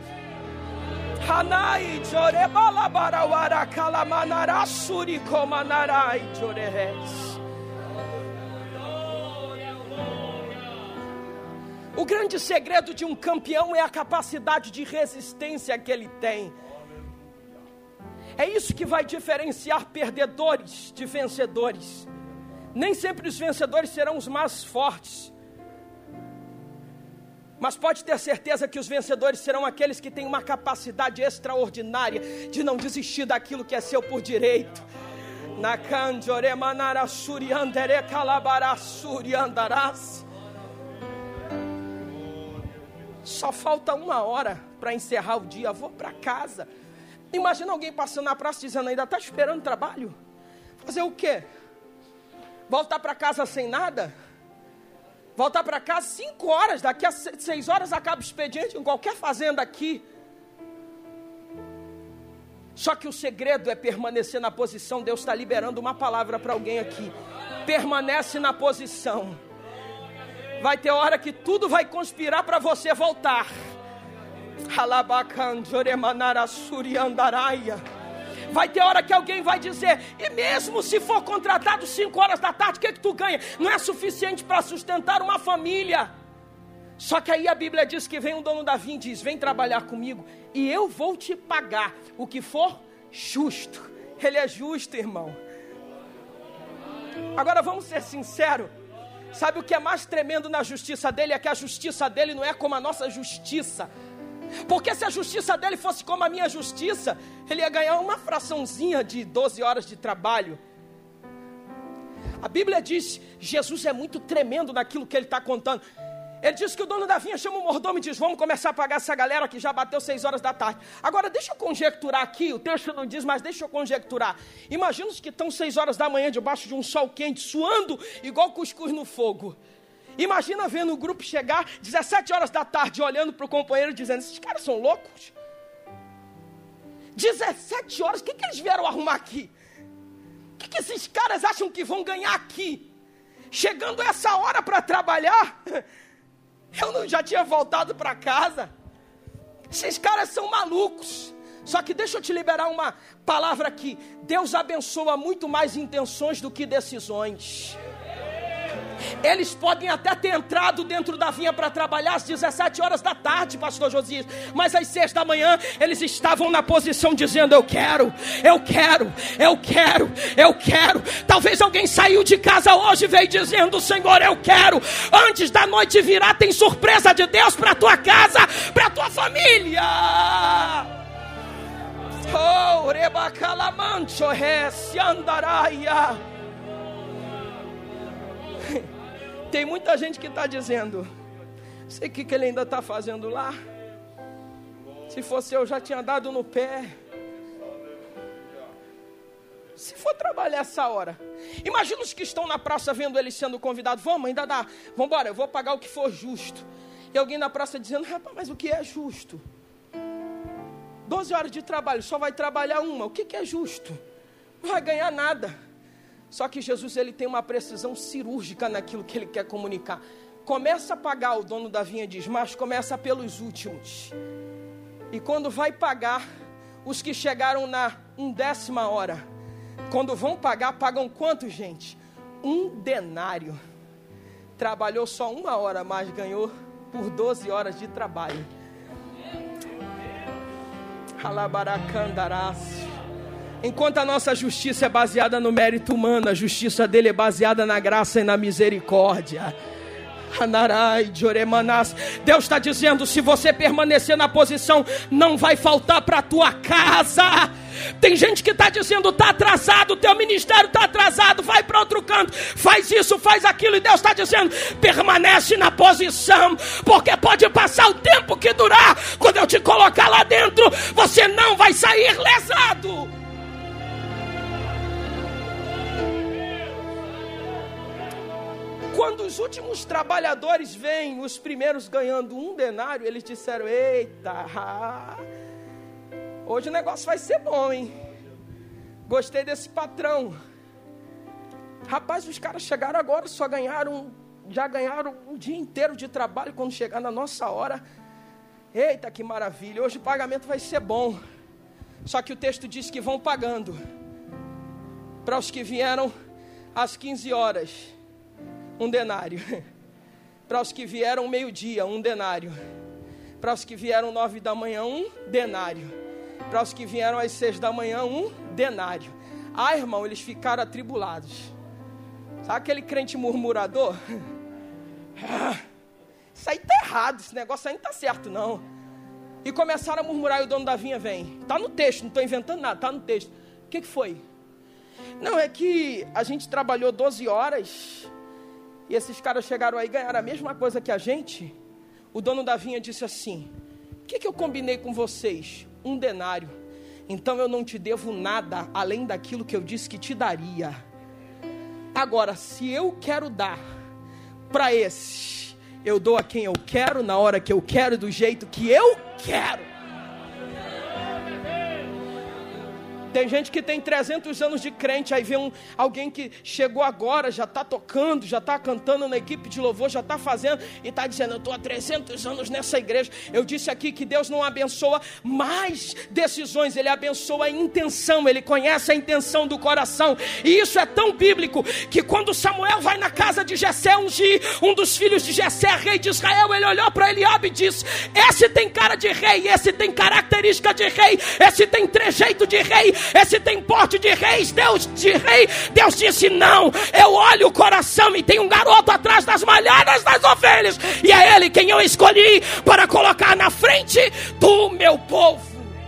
O grande segredo de um campeão é a capacidade de resistência que ele tem. É isso que vai diferenciar perdedores de vencedores. Nem sempre os vencedores serão os mais fortes, mas pode ter certeza que os vencedores serão aqueles que têm uma capacidade extraordinária de não desistir daquilo que é seu por direito. Só falta uma hora para encerrar o dia. Vou para casa. Imagina alguém passando na praça dizendo: ainda está esperando trabalho? Fazer o quê? Voltar para casa sem nada? Voltar para casa cinco horas, daqui a seis horas acaba o expediente em qualquer fazenda aqui. Só que o segredo é permanecer na posição. Deus está liberando uma palavra para alguém aqui. Permanece na posição. Vai ter hora que tudo vai conspirar para você voltar. Vai ter hora que alguém vai dizer: e mesmo se for contratado cinco horas da tarde, o que, que tu ganha? Não é suficiente para sustentar uma família. Só que aí a Bíblia diz que vem um dono da vinha e diz: vem trabalhar comigo e eu vou te pagar o que for justo. Ele é justo, irmão. Agora vamos ser sinceros. Sabe o que é mais tremendo na justiça dele? É que a justiça dele não é como a nossa justiça. Porque se a justiça dele fosse como a minha justiça, ele ia ganhar uma fraçãozinha de doze horas de trabalho. A Bíblia diz, Jesus é muito tremendo naquilo que ele está contando. Ele diz que o dono da vinha chama o mordomo e diz: vamos começar a pagar essa galera que já bateu seis horas da tarde. Agora deixa eu conjecturar aqui, o texto não diz, mas deixa eu conjecturar. Imagina os que estão seis horas da manhã debaixo de um sol quente, suando igual cuscuz no fogo. Imagina vendo o grupo chegar dezessete horas da tarde, olhando para o companheiro dizendo: esses caras são loucos? dezessete horas, o que, que eles vieram arrumar aqui? O que, que esses caras acham que vão ganhar aqui? Chegando essa hora para trabalhar, eu não já tinha voltado para casa. Esses caras são malucos. Só que deixa eu te liberar uma palavra aqui. Deus abençoa muito mais intenções do que decisões. Eles podem até ter entrado dentro da vinha para trabalhar às dezessete horas da tarde, pastor Josias, mas às seis da manhã eles estavam na posição dizendo: eu quero, eu quero, eu quero, eu quero. Talvez alguém saiu de casa hoje e veio dizendo: Senhor, eu quero. Antes da noite virar, tem surpresa de Deus para a tua casa, para a tua família. Oh, rebacalamancho, resi andaraia. Tem muita gente que está dizendo: sei o que, que ele ainda está fazendo lá. Se fosse eu, já tinha dado no pé. Se for trabalhar essa hora, imagina os que estão na praça vendo ele sendo convidado: vamos, ainda dá, vamos embora, eu vou pagar o que for justo. E alguém na praça dizendo: rapaz, mas o que é justo? doze horas de trabalho, só vai trabalhar uma, o que, que é justo? Não vai ganhar nada. Só que Jesus, ele tem uma precisão cirúrgica naquilo que ele quer comunicar. Começa a pagar, o dono da vinha diz, mas começa pelos últimos. E quando vai pagar, os que chegaram na undécima hora, quando vão pagar, pagam quanto, gente? Um denário. Trabalhou só uma hora, mas ganhou por doze horas de trabalho. Alabaracandarás. Enquanto a nossa justiça é baseada no mérito humano, a justiça dele é baseada na graça e na misericórdia. Deus está dizendo: se você permanecer na posição, não vai faltar para a tua casa. Tem gente que está dizendo, está atrasado, o teu ministério está atrasado, vai para outro canto, faz isso, faz aquilo, e Deus está dizendo, permanece na posição, porque pode passar o tempo que durar, quando eu te colocar lá dentro, você não vai sair lesado. Quando os últimos trabalhadores vêm, os primeiros ganhando um denário, eles disseram, eita, hoje o negócio vai ser bom, hein? Gostei desse patrão. Rapaz, os caras chegaram agora, só ganharam, já ganharam um dia inteiro de trabalho. Quando chegar na nossa hora, eita, que maravilha, hoje o pagamento vai ser bom. Só que o texto diz que vão pagando. Para os que vieram às quinze horas, um denário. Para os que vieram meio-dia, um denário. Para os que vieram nove da manhã, um denário. Para os que vieram às seis da manhã, um denário. Ah, irmão, eles ficaram atribulados. Sabe aquele crente murmurador? Ah, isso aí tá errado, esse negócio aí não tá certo, não. E começaram a murmurar, e o dono da vinha vem. Tá no texto, não estou inventando nada, tá no texto. O que que foi? Não, é que a gente trabalhou doze horas, e esses caras chegaram aí e ganharam a mesma coisa que a gente. O dono da vinha disse assim, o que que eu combinei com vocês? Um denário. Então eu não te devo nada além daquilo que eu disse que te daria. Agora, se eu quero dar para esses, eu dou a quem eu quero, na hora que eu quero, do jeito que eu quero. Tem gente que tem trezentos anos de crente, aí vê um, alguém que chegou agora, já está tocando, já está cantando na equipe de louvor, já está fazendo, e está dizendo, eu estou há trezentos anos nessa igreja. Eu disse aqui que Deus não abençoa mais decisões, Ele abençoa a intenção, Ele conhece a intenção do coração. E isso é tão bíblico, que quando Samuel vai na casa de Jessé ungir um dos filhos de Jessé, rei de Israel, ele olhou para Eliabe e disse, esse tem cara de rei, esse tem característica de rei, esse tem trejeito de rei, esse tem porte de reis, Deus de rei. Deus disse, não, eu olho o coração, e tem um garoto atrás das malhadas das ovelhas, e é ele quem eu escolhi para colocar na frente do meu povo.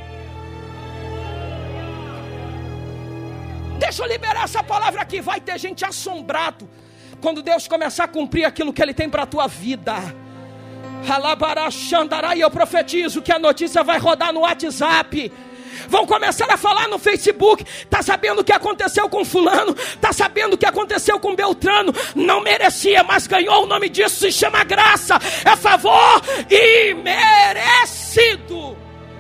Deixa eu liberar essa palavra aqui. Vai ter gente assombrado quando Deus começar a cumprir aquilo que Ele tem para a tua vida. E eu profetizo que a notícia vai rodar no WhatsApp. Vão começar a falar no Facebook, tá sabendo o que aconteceu com fulano, tá sabendo o que aconteceu com Beltrano, não merecia, mas ganhou. O nome disso se chama graça, é favor imerecido.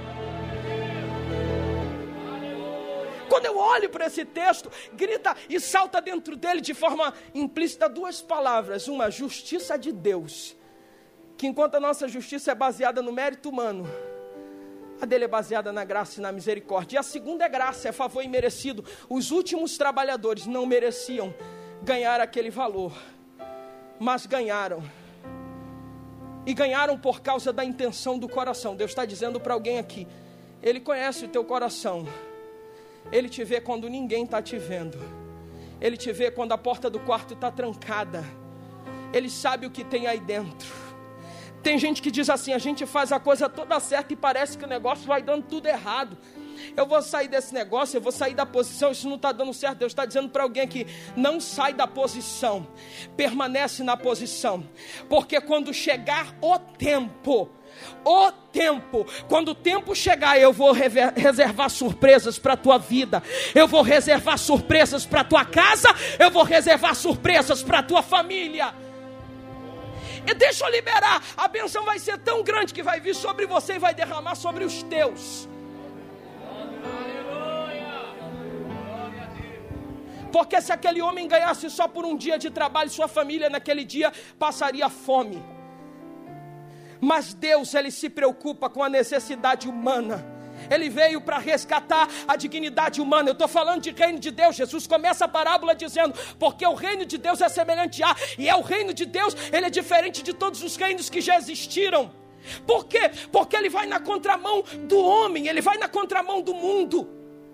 Quando eu olho para esse texto, grita e salta dentro dele de forma implícita duas palavras: uma, justiça de Deus, que enquanto a nossa justiça é baseada no mérito humano, a dele é baseada na graça e na misericórdia. E a segunda é graça, é favor imerecido. Os últimos trabalhadores não mereciam ganhar aquele valor, mas ganharam. E ganharam por causa da intenção do coração. Deus está dizendo para alguém aqui, Ele conhece o teu coração. Ele te vê quando ninguém está te vendo. Ele te vê quando a porta do quarto está trancada. Ele sabe o que tem aí dentro. Tem gente que diz assim, a gente faz a coisa toda certa e parece que o negócio vai dando tudo errado. Eu vou sair desse negócio, eu vou sair da posição, isso não está dando certo. Deus está dizendo para alguém aqui, não sai da posição, permanece na posição. Porque quando chegar o tempo, o tempo, quando o tempo chegar, eu vou rever, reservar surpresas para a tua vida. Eu vou reservar surpresas para a tua casa, eu vou reservar surpresas para a tua família. E deixa eu liberar, a bênção vai ser tão grande que vai vir sobre você e vai derramar sobre os teus. Porque se aquele homem ganhasse só por um dia de trabalho, sua família naquele dia passaria fome. Mas Deus, Ele se preocupa com a necessidade humana. Ele veio para resgatar a dignidade humana. Eu estou falando de reino de Deus. Jesus começa a parábola dizendo, porque o reino de Deus é semelhante a, e é o reino de Deus, ele é diferente de todos os reinos que já existiram. Por quê? Porque ele vai na contramão do homem, ele vai na contramão do mundo.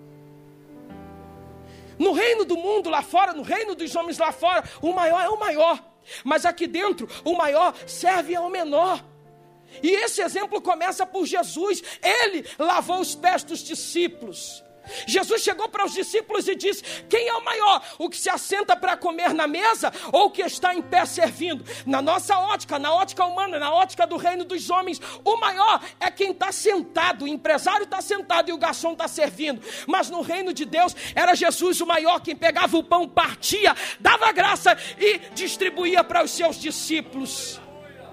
No reino do mundo lá fora, no reino dos homens lá fora, o maior é o maior. Mas aqui dentro, o maior serve ao menor. E esse exemplo começa por Jesus. Ele lavou os pés dos discípulos. Jesus chegou para os discípulos e disse: quem é o maior? O que se assenta para comer na mesa ou o que está em pé servindo? Na nossa ótica, na ótica humana, na ótica do reino dos homens, o maior é quem está sentado. O empresário está sentado e o garçom está servindo. Mas no reino de Deus era Jesus o maior, quem pegava o pão, partia, dava graça e distribuía para os seus discípulos.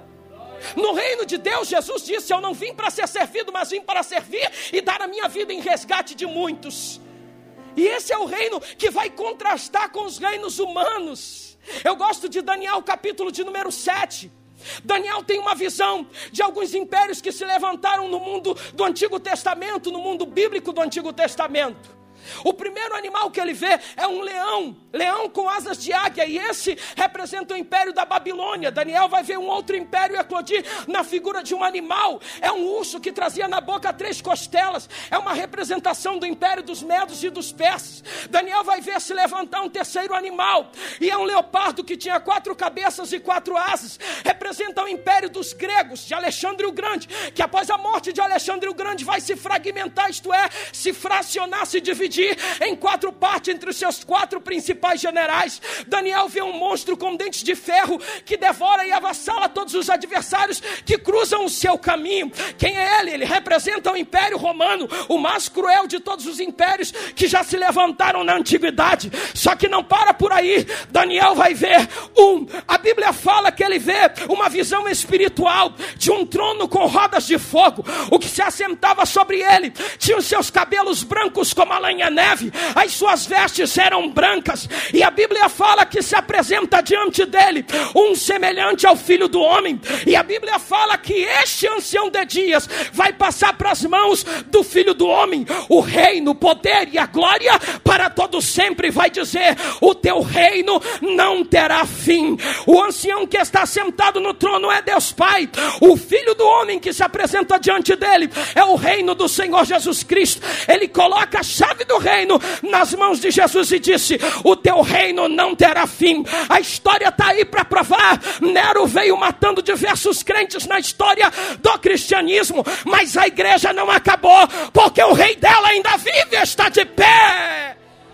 No reino de Deus, Jesus disse: eu não vim para ser servido, mas vim para servir e dar a minha vida em resgate de muitos. E esse é o reino que vai contrastar com os reinos humanos. Eu gosto de Daniel, capítulo de número sete. Daniel tem uma visão de alguns impérios que se levantaram no mundo do Antigo Testamento, no mundo bíblico do Antigo Testamento. O primeiro animal que ele vê é um leão, leão com asas de águia, e esse representa o império da Babilônia. Daniel vai ver um outro império eclodir na figura de um animal, é um urso que trazia na boca três costelas, é uma representação do império dos medos e dos persas. Daniel vai ver se levantar um terceiro animal, e é um leopardo que tinha quatro cabeças e quatro asas, representa o império dos gregos, de Alexandre o Grande, que após a morte de Alexandre o Grande vai se fragmentar, isto é, se fracionar, se dividir em quatro partes entre os seus quatro principais generais. Daniel vê um monstro com dentes de ferro que devora e avassala todos os adversários que cruzam o seu caminho. Quem é ele? Ele representa o Império Romano, o mais cruel de todos os impérios que já se levantaram na antiguidade. Só que não para por aí. Daniel vai ver um, a Bíblia fala que ele vê uma visão espiritual de um trono com rodas de fogo. O que se assentava sobre ele tinha os seus cabelos brancos como a lã neve, as suas vestes eram brancas, e a Bíblia fala que se apresenta diante dele um semelhante ao Filho do Homem, e a Bíblia fala que este ancião de dias vai passar para as mãos do Filho do Homem, o reino, o poder e a glória para todo sempre. Vai dizer: o teu reino não terá fim. O ancião que está sentado no trono é Deus Pai, o Filho do Homem que se apresenta diante dele é o reino do Senhor Jesus Cristo. Ele coloca a chave do reino nas mãos de Jesus e disse: o teu reino não terá fim. A história está aí para provar. Nero veio matando diversos crentes na história do cristianismo, mas a igreja não acabou, porque o rei dela ainda vive e está de pé.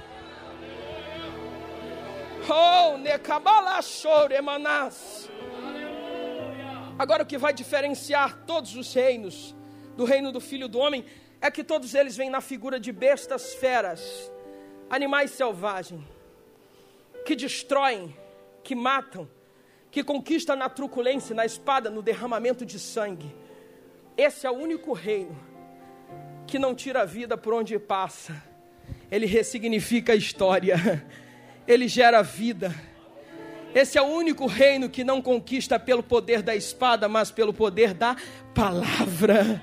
Oh, necabala chore manas. Agora, o que vai diferenciar todos os reinos do reino do Filho do Homem é que todos eles vêm na figura de bestas feras, animais selvagens, que destroem, que matam, que conquistam na truculência, na espada, no derramamento de sangue. Esse é o único reino que não tira a vida por onde passa. Ele ressignifica a história, ele gera vida. Esse é o único reino que não conquista pelo poder da espada, mas pelo poder da palavra.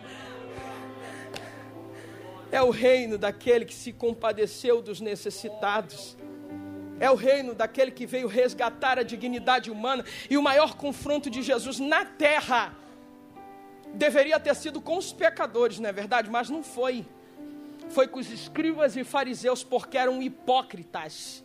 É o reino daquele que se compadeceu dos necessitados. É o reino daquele que veio resgatar a dignidade humana. E o maior confronto de Jesus na terra deveria ter sido com os pecadores, não é verdade? Mas não foi. Foi com os escribas e fariseus, porque eram hipócritas.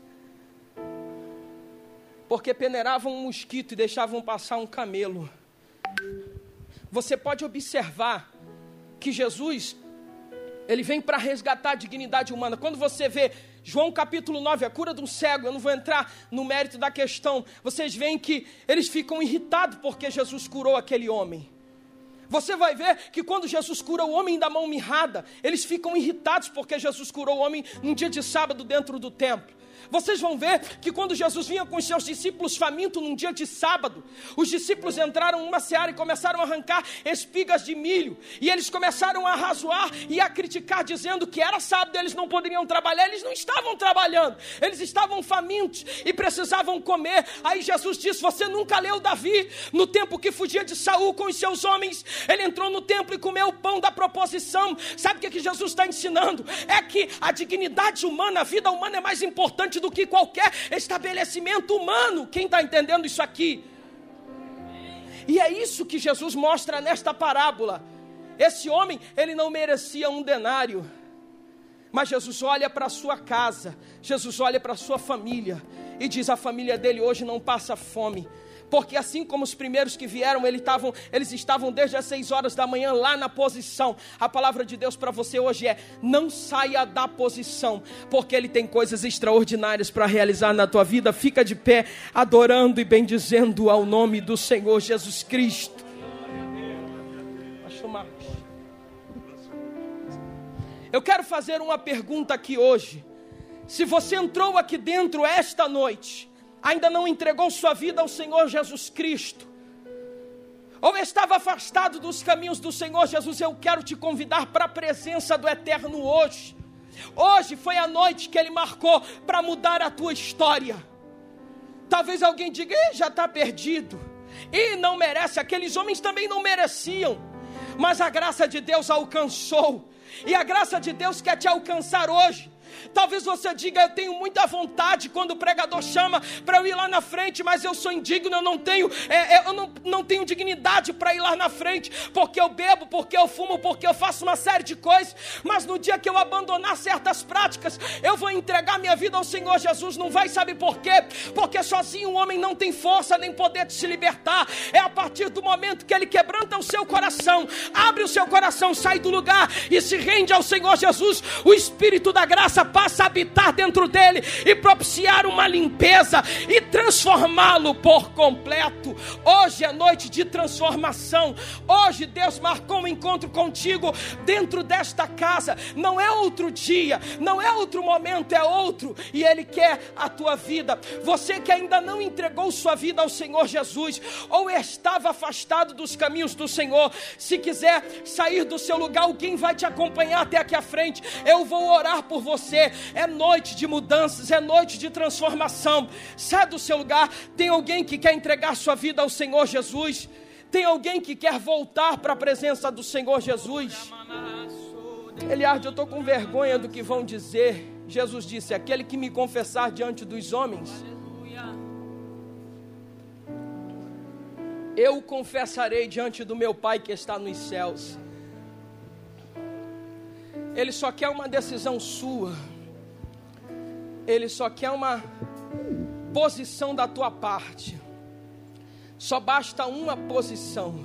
Porque peneiravam um mosquito e deixavam passar um camelo. Você pode observar que Jesus, ele vem para resgatar a dignidade humana. Quando você vê João capítulo nove, a cura de um cego, eu não vou entrar no mérito da questão, vocês veem que eles ficam irritados porque Jesus curou aquele homem. Você vai ver que quando Jesus cura o homem da mão mirrada, eles ficam irritados porque Jesus curou o homem num dia de sábado dentro do templo. Vocês vão ver que quando Jesus vinha com os seus discípulos famintos num dia de sábado, os discípulos entraram numa seara e começaram a arrancar espigas de milho, e eles começaram a arrazoar e a criticar, dizendo que era sábado, eles não poderiam trabalhar. Eles não estavam trabalhando, eles estavam famintos e precisavam comer. Aí Jesus disse: você nunca leu Davi, no tempo que fugia de Saul com os seus homens, ele entrou no templo e comeu o pão da proposição. Sabe o que, que Jesus está ensinando? É que a dignidade humana, a vida humana é mais importante do que qualquer estabelecimento humano. Quem está entendendo isso aqui? E é isso que Jesus mostra nesta parábola. Esse homem, ele não merecia um denário, mas Jesus olha para a sua casa, Jesus olha para a sua família e diz: a família dele hoje não passa fome, Porque assim como os primeiros que vieram, eles estavam, eles estavam desde as seis horas da manhã lá na posição. A palavra de Deus para você hoje é: não saia da posição, porque Ele tem coisas extraordinárias para realizar na tua vida. Fica de pé, adorando e bendizendo ao nome do Senhor Jesus Cristo. Pastor Marcos, eu quero fazer uma pergunta aqui hoje. Se você entrou aqui dentro esta noite, ainda não entregou sua vida ao Senhor Jesus Cristo, ou estava afastado dos caminhos do Senhor Jesus, eu quero te convidar para a presença do Eterno hoje. Hoje foi a noite que Ele marcou para mudar a tua história. Talvez alguém diga: Ih, já está perdido, e não merece. Aqueles homens também não mereciam, mas a graça de Deus alcançou, e a graça de Deus quer te alcançar hoje. Talvez você diga: eu tenho muita vontade quando o pregador chama para eu ir lá na frente, mas eu sou indigno, eu não tenho, é, eu não, não tenho dignidade para ir lá na frente, porque eu bebo, porque eu fumo, porque eu faço uma série de coisas. Mas no dia que eu abandonar certas práticas, eu vou entregar minha vida ao Senhor Jesus. Não vai, sabe por quê? Porque sozinho o homem não tem força nem poder de se libertar. É a partir do momento que ele quebranta o seu coração, abre o seu coração, sai do lugar e se rende ao Senhor Jesus, o Espírito da graça passa a habitar dentro dele e propiciar uma limpeza e transformá-lo por completo. Hoje é noite de transformação. Hoje Deus marcou um encontro contigo dentro desta casa. Não é outro dia, não é outro momento, é outro, e Ele quer a tua vida. Você que ainda não entregou sua vida ao Senhor Jesus, ou estava afastado dos caminhos do Senhor, se quiser sair do seu lugar, alguém vai te acompanhar até aqui à frente. Eu vou orar por você. É noite de mudanças, é noite de transformação. Sai do seu lugar. Tem alguém que quer entregar sua vida ao Senhor Jesus? Tem alguém que quer voltar para a presença do Senhor Jesus? Eliardo, eu estou com vergonha do que vão dizer. Jesus disse: aquele que me confessar diante dos homens, eu o confessarei diante do meu Pai que está nos céus. Ele só quer uma decisão sua. Ele só quer uma posição da tua parte. Só basta uma posição.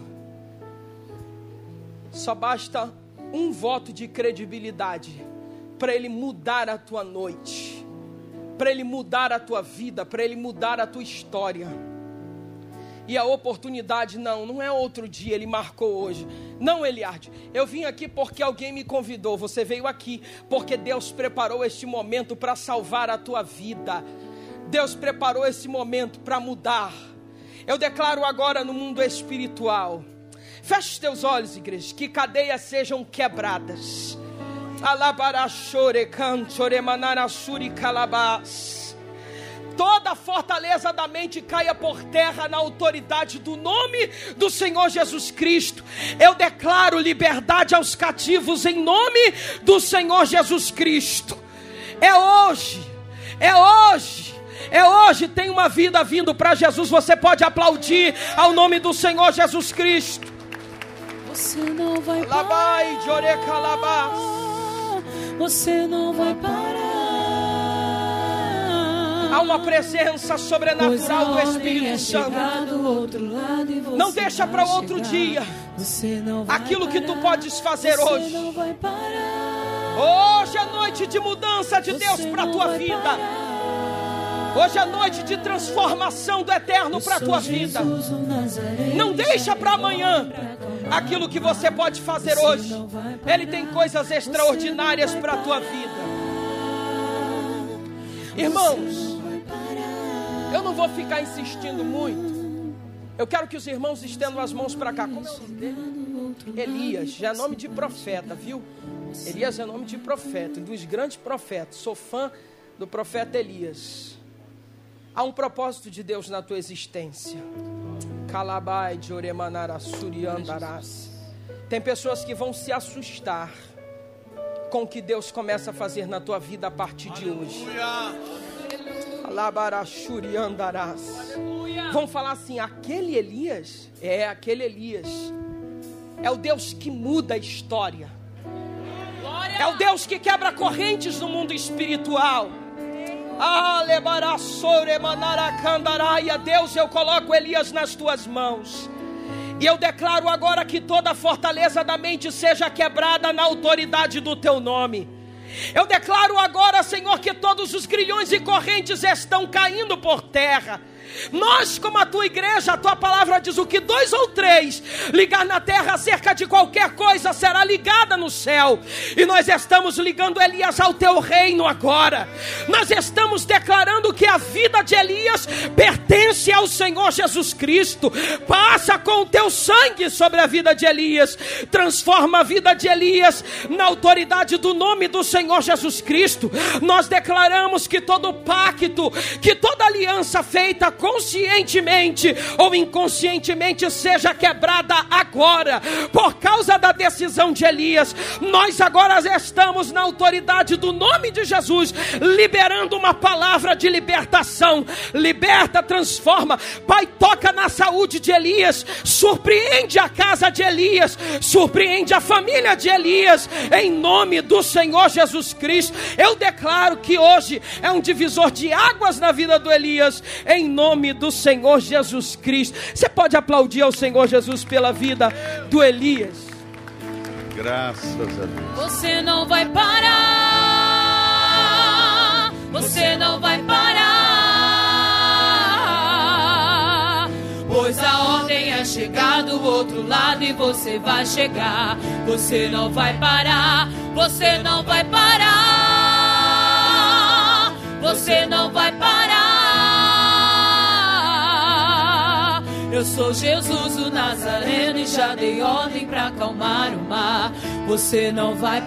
Só basta um voto de credibilidade para Ele mudar a tua noite, para Ele mudar a tua vida, para Ele mudar a tua história. E a oportunidade não, não é outro dia, Ele marcou hoje. Não, Eliardo, eu vim aqui porque alguém me convidou. Você veio aqui porque Deus preparou este momento para salvar a tua vida. Deus preparou esse momento para mudar. Eu declaro agora no mundo espiritual. Feche os teus olhos, igreja, que cadeias sejam quebradas. Alabarachore canchore manarasuri calabás. Toda fortaleza da mente caia por terra na autoridade do nome do Senhor Jesus Cristo. Eu declaro liberdade aos cativos em nome do Senhor Jesus Cristo. É hoje, é hoje, é hoje. Tem uma vida vindo para Jesus. Você pode aplaudir ao nome do Senhor Jesus Cristo. Você não vai parar. Você não vai parar. Há uma presença sobrenatural do Espírito Santo. Não deixa para outro dia aquilo que tu podes fazer hoje. Hoje é noite de mudança de Deus para a tua vida. Hoje é noite de transformação do Eterno para a tua vida. Não deixa para amanhã aquilo que você pode fazer hoje. Ele tem coisas extraordinárias para a tua vida. Irmãos, eu não vou ficar insistindo muito. Eu quero que os irmãos estendam as mãos para cá. Como é o nome dele? Elias, já é nome de profeta, viu? Elias é nome de profeta, dos grandes profetas. Sou fã do profeta Elias. Há um propósito de Deus na tua existência. Calabai de Oremanarassuri andarás. Tem pessoas que vão se assustar com o que Deus começa a fazer na tua vida a partir de hoje. Alabarachuri andarás. Vão falar assim: aquele Elias? É, aquele Elias. É o Deus que muda a história. É o Deus que quebra correntes no mundo espiritual. Deus, eu coloco Elias nas tuas mãos. E eu declaro agora que toda fortaleza da mente seja quebrada na autoridade do teu nome. Eu declaro agora, Senhor, que todos os grilhões e correntes estão caindo por terra. Nós, como a tua igreja, a tua palavra diz: o que dois ou três ligar na terra acerca de qualquer coisa será ligada no céu. E nós estamos ligando Elias ao teu reino agora. Nós estamos declarando que a vida de Elias pertence ao Senhor Jesus Cristo. Passa com o teu sangue sobre a vida de Elias. Transforma a vida de Elias na autoridade do nome do Senhor Jesus Cristo. Nós declaramos que todo pacto, que toda aliança feita conscientemente ou inconscientemente seja quebrada agora, por causa da decisão de Elias. Nós agora estamos na autoridade do nome de Jesus, liberando uma palavra de libertação. Liberta, transforma. Pai, toca na saúde de Elias, surpreende a casa de Elias, surpreende a família de Elias, em nome do Senhor Jesus Cristo. Eu declaro que hoje é um divisor de águas na vida do Elias, em nome nome do Senhor Jesus Cristo. Você pode aplaudir ao Senhor Jesus pela vida do Elias. Graças a Deus. Você não vai parar. Você não vai parar. Pois a ordem é chegar do outro lado e você vai chegar. Você não vai parar. Você não vai parar. Você não vai parar. Eu sou Jesus o Nazareno e já dei ordem para acalmar o mar. Você não vai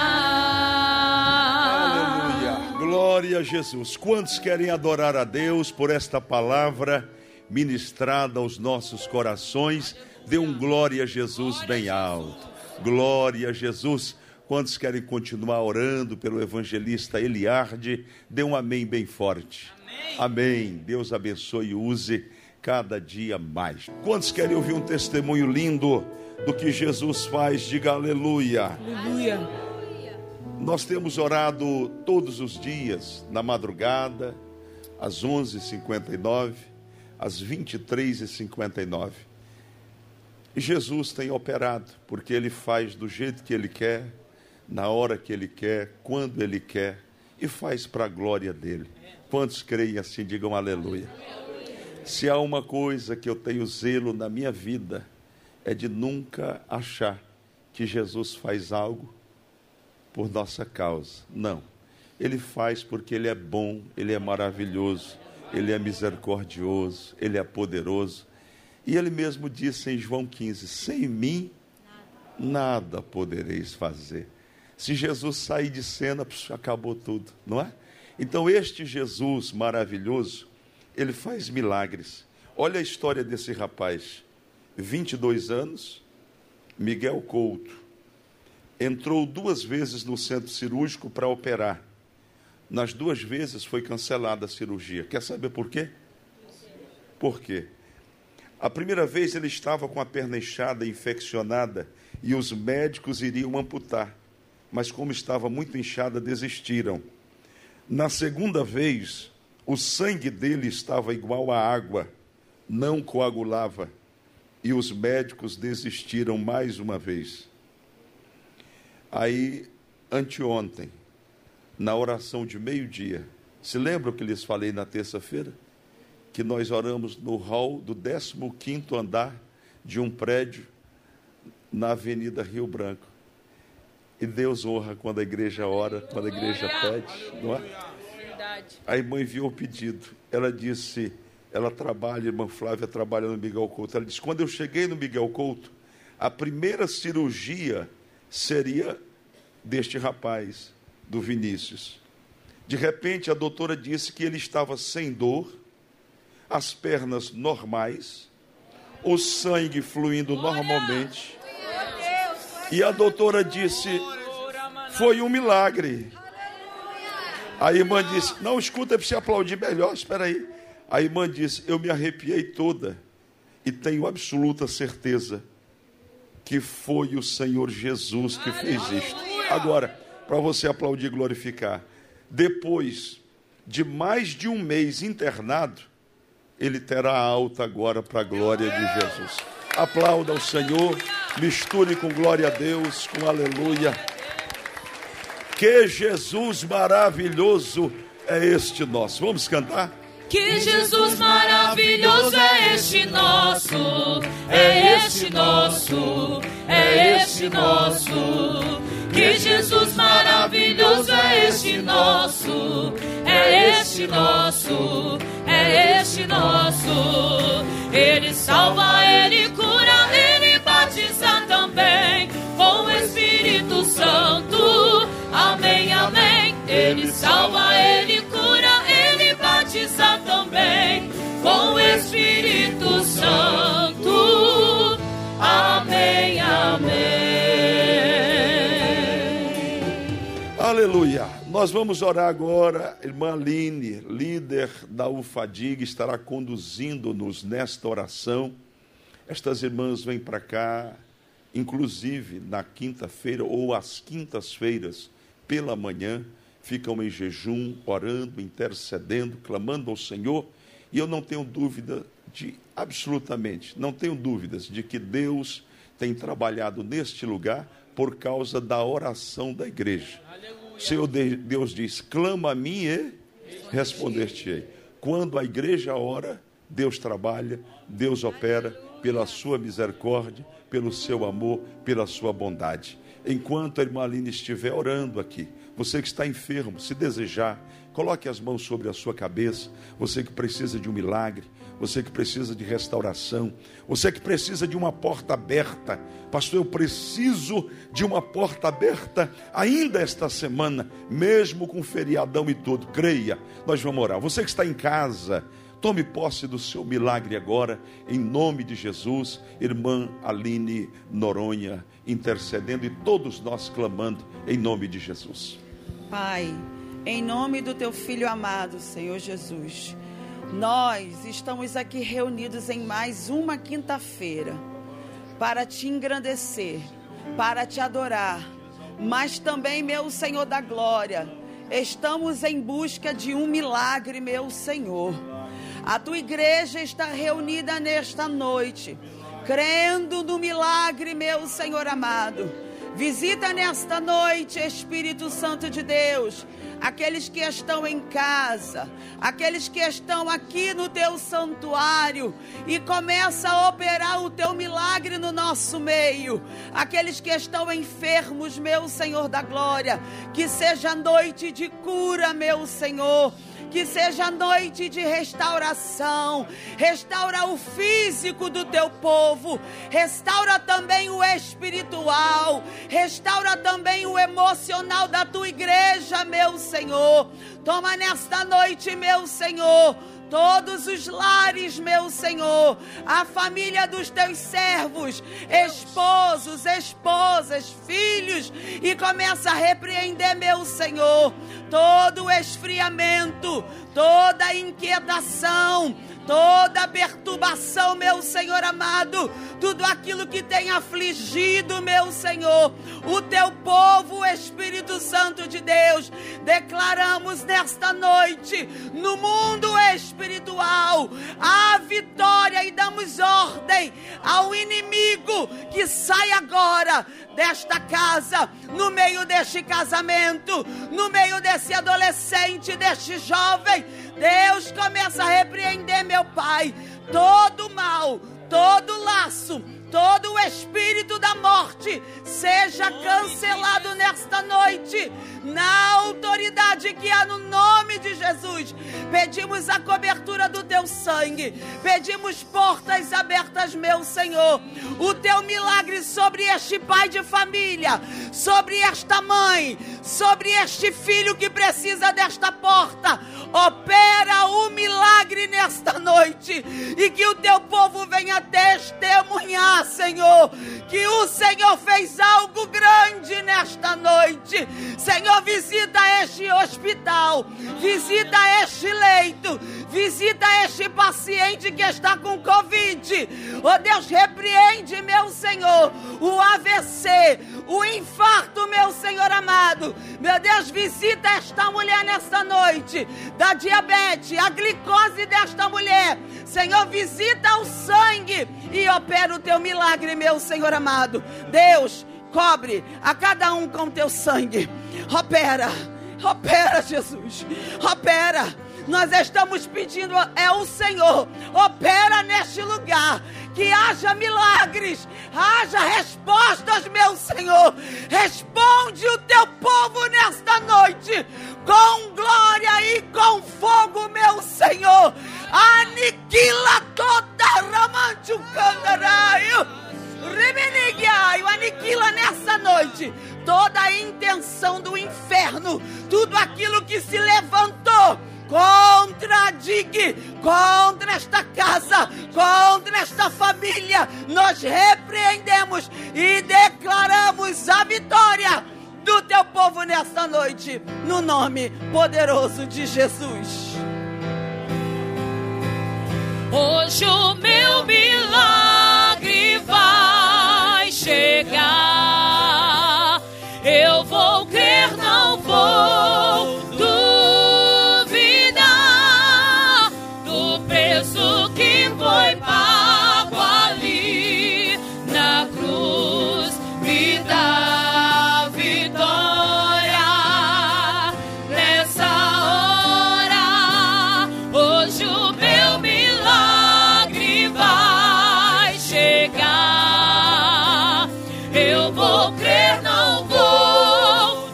parar. Aleluia. Glória a Jesus. Quantos querem adorar a Deus por esta palavra ministrada aos nossos corações? Dê um glória a Jesus bem alto. Glória a Jesus. Quantos querem continuar orando pelo evangelista Eliardi? Dê um amém bem forte. Amém. Amém. Deus abençoe e use cada dia mais. Quantos querem ouvir um testemunho lindo do que Jesus faz? Diga aleluia. Aleluia. Nós temos orado todos os dias, na madrugada, às onze e cinquenta e nove, às vinte e três e cinquenta e nove. E Jesus tem operado, porque Ele faz do jeito que Ele quer, na hora que Ele quer, quando Ele quer, e faz para a glória dEle. Quantos creem assim, digam aleluia. Se há uma coisa que eu tenho zelo na minha vida, é de nunca achar que Jesus faz algo por nossa causa. Não. Ele faz porque Ele é bom, Ele é maravilhoso, Ele é misericordioso, Ele é poderoso. E Ele mesmo disse em João quinze, sem mim, nada podereis fazer. Se Jesus sair de cena, acabou tudo, não é? Então este Jesus maravilhoso, Ele faz milagres. Olha a história desse rapaz, vinte e dois anos, Miguel Couto, entrou duas vezes no centro cirúrgico para operar. Nas duas vezes foi cancelada a cirurgia. Quer saber por quê? Por quê? A primeira vez ele estava com a perna inchada, infeccionada, e os médicos iriam amputar, mas como estava muito inchada, desistiram. Na segunda vez, o sangue dele estava igual à água, não coagulava, e os médicos desistiram mais uma vez. Aí, anteontem, na oração de meio-dia, se lembra o que lhes falei na terça-feira? Que nós oramos no hall do décimo quinto andar de um prédio na Avenida Rio Branco. E Deus honra quando a igreja ora, quando a igreja pede, não é? A irmã enviou o pedido. Ela disse, ela trabalha, a irmã Flávia trabalha no Miguel Couto. Ela disse, quando eu cheguei no Miguel Couto, a primeira cirurgia seria deste rapaz, do Vinícius. De repente, a doutora disse que ele estava sem dor, as pernas normais, o sangue fluindo normalmente. E a doutora disse, foi um milagre. A irmã disse, não, escuta, é para você aplaudir melhor, espera aí. A irmã disse, eu me arrepiei toda e tenho absoluta certeza que foi o Senhor Jesus que fez isto. Agora, para você aplaudir e glorificar, depois de mais de um mês internado, ele terá alta agora para a glória de Jesus. Aplauda ao Senhor, misture com glória a Deus, com aleluia. Que Jesus maravilhoso é este nosso. Vamos cantar? Que Jesus maravilhoso é este nosso, é este nosso, é este nosso. Que Jesus maravilhoso é este nosso, é este nosso, é este nosso. Ele salva, Ele cura, Ele batiza também com o Espírito Santo. Amém, amém. Ele salva, Ele cura, Ele batiza também com o Espírito Santo. Amém, amém. Aleluia. Nós vamos orar agora. Irmã Aline, líder da UFADIG, estará conduzindo-nos nesta oração. Estas irmãs vêm para cá, inclusive na quinta-feira ou às quintas-feiras pela manhã, ficam em jejum, orando, intercedendo, clamando ao Senhor. E eu não tenho dúvida de, absolutamente, não tenho dúvidas de que Deus tem trabalhado neste lugar por causa da oração da igreja. O Senhor Deus diz, clama a mim e responder-te-ei. Quando a igreja ora, Deus trabalha, Deus opera pela sua misericórdia, pelo seu amor, pela sua bondade. Enquanto a irmã Aline estiver orando aqui, você que está enfermo, se desejar, coloque as mãos sobre a sua cabeça. Você que precisa de um milagre, você que precisa de restauração, você que precisa de uma porta aberta. Pastor, eu preciso de uma porta aberta ainda esta semana, mesmo com feriadão e tudo. Creia, nós vamos orar. Você que está em casa, tome posse do seu milagre agora, em nome de Jesus. Irmã Aline Noronha intercedendo e todos nós clamando em nome de Jesus. Pai, em nome do teu Filho amado, Senhor Jesus, nós estamos aqui reunidos em mais uma quinta-feira para te engrandecer, para te adorar, mas também, meu Senhor da glória, estamos em busca de um milagre, meu Senhor. A tua igreja está reunida nesta noite, crendo no milagre, meu Senhor amado. Visita nesta noite, Espírito Santo de Deus, aqueles que estão em casa, aqueles que estão aqui no teu santuário, e começa a operar o teu milagre no nosso meio. Aqueles que estão enfermos, meu Senhor da glória, que seja noite de cura, meu Senhor. Que seja noite de restauração. Restaura o físico do teu povo. Restaura também o espiritual. Restaura também o emocional da tua igreja, meu Senhor. Toma nesta noite, meu Senhor, todos os lares, meu Senhor, a família dos teus servos, esposos, esposas, filhos, e começa a repreender, meu Senhor, todo o esfriamento, toda a inquietação, toda a perturbação, meu Senhor amado, tudo aquilo que tem afligido, meu Senhor, o teu povo, o Espírito Santo de Deus. Declaramos nesta noite, no mundo espiritual, a vitória, e damos ordem ao inimigo que sai agora desta casa, no meio deste casamento, no meio desse adolescente, deste jovem. Deus, começa a repreender, meu Pai, todo mal, todo laço, todo o espírito da morte seja cancelado nesta noite, na autoridade que há no nome de Jesus. Pedimos a cobertura do teu sangue, pedimos portas abertas, meu Senhor, o teu milagre sobre este pai de família, sobre esta mãe, sobre este filho que precisa desta porta. Opera o milagre nesta noite, e que o teu povo venha testemunhar, Senhor, que o Senhor fez algo grande nesta noite. Senhor, visita este hospital, visita visita este leito, visita este paciente que está com Covid. Oh Deus, repreende, meu Senhor, o A V C, o infarto, meu Senhor amado. Meu Deus, visita esta mulher nesta noite, da diabetes, a glicose desta mulher. Senhor, visita o sangue e opera o teu milagre, meu Senhor amado. Deus, cobre a cada um com teu sangue. Opera, opera, Jesus, opera. Nós estamos pedindo, é o Senhor, opera neste lugar, que haja milagres, haja respostas, meu Senhor. Responde o teu povo nesta noite, com glória e com fogo, meu Senhor. Aniquila toda ramante o candaraio, remenigaio, aniquila nessa noite toda a intenção do inferno, tudo aquilo que se levantou contra a D I G, contra esta casa, contra esta família. Nós repreendemos e declaramos a vitória do teu povo nesta noite, no nome poderoso de Jesus. Hoje o meu milagre vai chegar. Eu vou crer, não vou duvidar do preço que foi pago ali na cruz. Me dá vitória nessa hora. Hoje o meu milagre vai chegar. Eu vou crer, não vou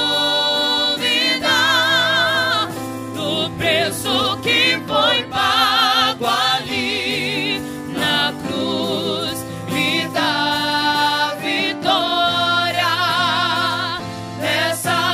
duvidar do preço que foi pago ali na cruz. Me dá vitória nessa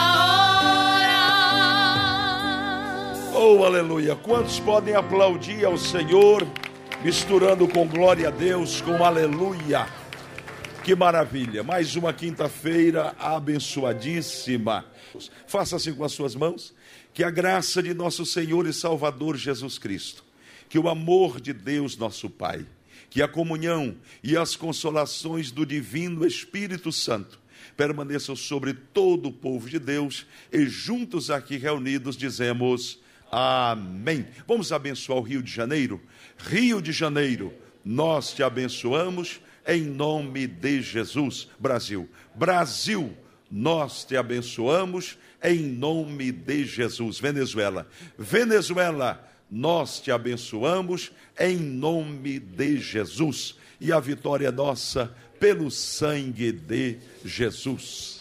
hora. Oh, aleluia. Quantos podem aplaudir ao Senhor, misturando com glória a Deus, com aleluia? Que maravilha. Mais uma quinta-feira abençoadíssima. Faça assim com as suas mãos. Que a graça de nosso Senhor e Salvador Jesus Cristo, que o amor de Deus nosso Pai, que a comunhão e as consolações do Divino Espírito Santo permaneçam sobre todo o povo de Deus, e juntos aqui reunidos dizemos amém. Vamos abençoar o Rio de Janeiro. Rio de Janeiro, nós te abençoamos em nome de Jesus. Brasil, Brasil, nós te abençoamos em nome de Jesus. Venezuela, Venezuela, nós te abençoamos em nome de Jesus. E a vitória é nossa pelo sangue de Jesus.